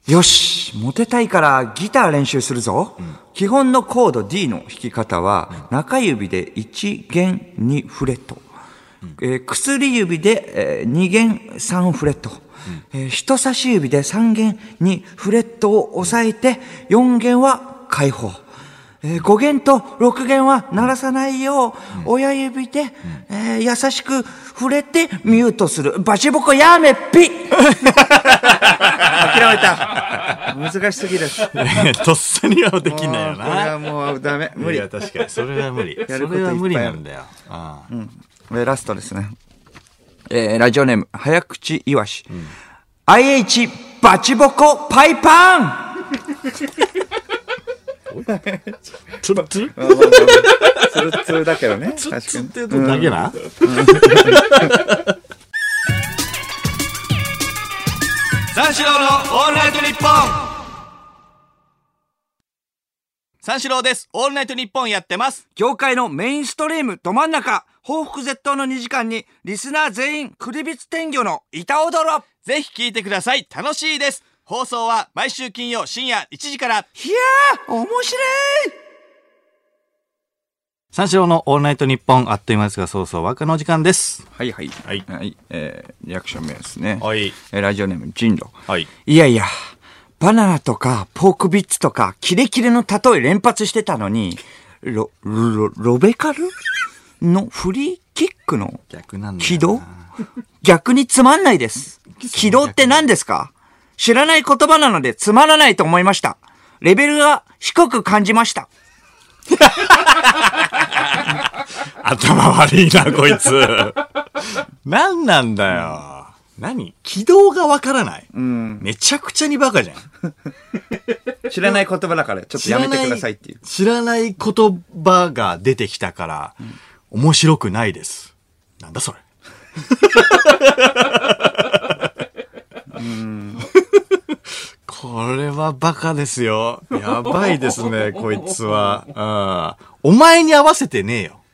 よし、モテたいからギター練習するぞ。うん、基本のコード D の弾き方は、うん、中指でいち弦にフレット。えー、薬指で、えー、に弦さんフレット、うんえー、人差し指でさん弦にフレットを押さえてよん弦は開放、 えー、ご弦とろく弦は鳴らさないよう、うん、親指で、うんえー、優しく触れてミュートする。バチボコやめっぴ諦めた。難しすぎです。 とっさにはできないよな。 これはもうダメ。無理。いや、 確かに。それは無理。それは無理なんだよ。ああうん、ラストですね。えー、ラジオネーム、早口いわし。うん、アイエイチ バチボコパイパンツルツルツルツルだけどね。 ツルツルって言うとだけな。三四郎のオールナイトニッポン。三四郎です。オールナイトニッポンやってます。 業界のメインストリームど真ん中、報復絶倒のにじかんにリスナー全員クリビツ天魚の板踊ろ。 ぜひ聞いてください。楽しいです。放送は毎週金曜深夜いちじから。いやー面白い。 三四郎のオールナイトニッポン、あっという間ですがそうそう枠の時間です。 はいはいはい、 はい、えー、リアクション名ですね。 はい、 えー、ラジオネームジンロ。 はい。 いやいやバナナとかポークビッツとかキレキレの例え連発してたのにロロロベカルのフリーキックの軌道逆につまんないです。軌道って何ですか？知らない言葉なのでつまらないと思いました。レベルが低く感じました。 頭悪いなこいつ。何なんだよ。何？軌道がわからない、うん、めちゃくちゃにバカじゃん。 知らない言葉だからちょっとやめてくださいっていう。 知らない言葉が出てきたから、うん、面白くないです。なんだそれ。うんこれはバカですよ。やばいですねこいつは。うん、お前に合わせてねえよ。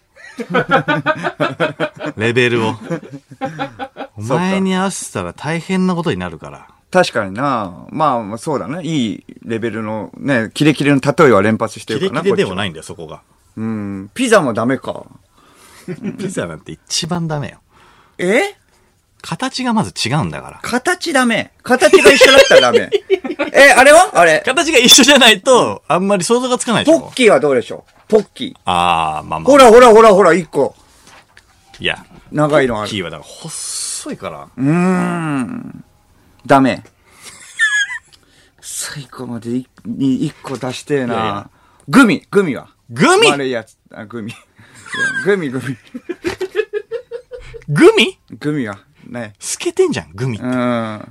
レベルをお前に合わせたら大変なことになるから。 確かにな。まあそうだね。いいレベルのねキレキレの例えは連発してるかな。 キレキレでもないんだよそこが。 うん。ピザもダメか。 ピザなんて一番ダメよ。 え？ 形がまず違うんだから。 形ダメ。形が一緒だったらダメ。え、あれはあれ。 形が一緒じゃないと、あんまり想像がつかないでしょ。 ポッキーはどうでしょう？ポッキー。 あー、まあまあ。 ほらほらほらほら、一個。 いや。 長いのある。 ポッキーはだから細いから。 うーん。ダメ。最後までに一個出してえな。いやいやグミ、グミは。 グミ丸いやつ。あ、グミ。グミ、グミ。 グミグミは。ね。 透けてんじゃん、グミって。 うん。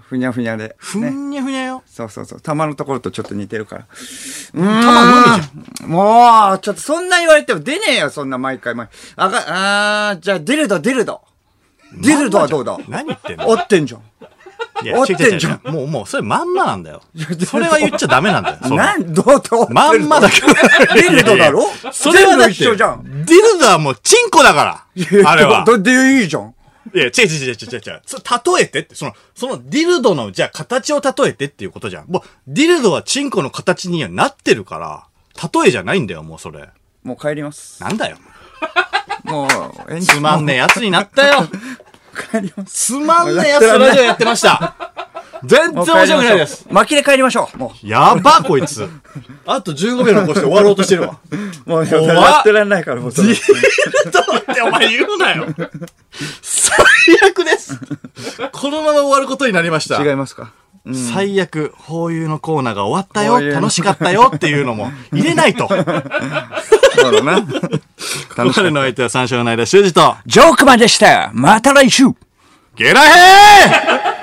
ふにゃふにゃで。 ふにゃふにゃよ。 そうそうそう。玉のところとちょっと似てるから。 うん。玉のみじゃん。 もう、ちょっとそんな言われても出ねえよ、そんな毎回毎回。あが、あー、じゃあ、ディルド、ディルド。ディルドはどうだ？ 何言ってんの？ 合ってんじゃん。 いや、合ってんじゃん。もう、もう、それまんまなんだよ。それは言っちゃダメなんだよ。 なん、どうとまんまだから。 ディルドだろ？ それはだって一緒じゃん。 ディルドはもうチンコだから。あれは。 で、いいじゃん。 いや、違う違う違う違う違う。そ例えてって、その、そのディルドの、じゃあ形を例えてっていうことじゃん。もう、ディルドはチンコの形にはなってるから、例えじゃないんだよ、もうそれ。 もう帰ります。 なんだよ。 もう、 つまんねえやつになったよ。 帰ります。 つまんねえやつラジオやってました。全然面白くないです。 巻きで帰りましょう。もう。 やば、こいつ。あとじゅうごびょう残して終わろうとしてるわ。 もう、やってらんないから、もう。 ディルドってお前言うなよ。最悪です。このまま終わることになりました。 違いますか？ うん、最悪、ホーユーのコーナーが終わったよ、楽しかったよっていうのも入れないと。そうだな。ここまでの相手は三章の間、修二と、 ジョークマンでした。また来週。 ゲラヘー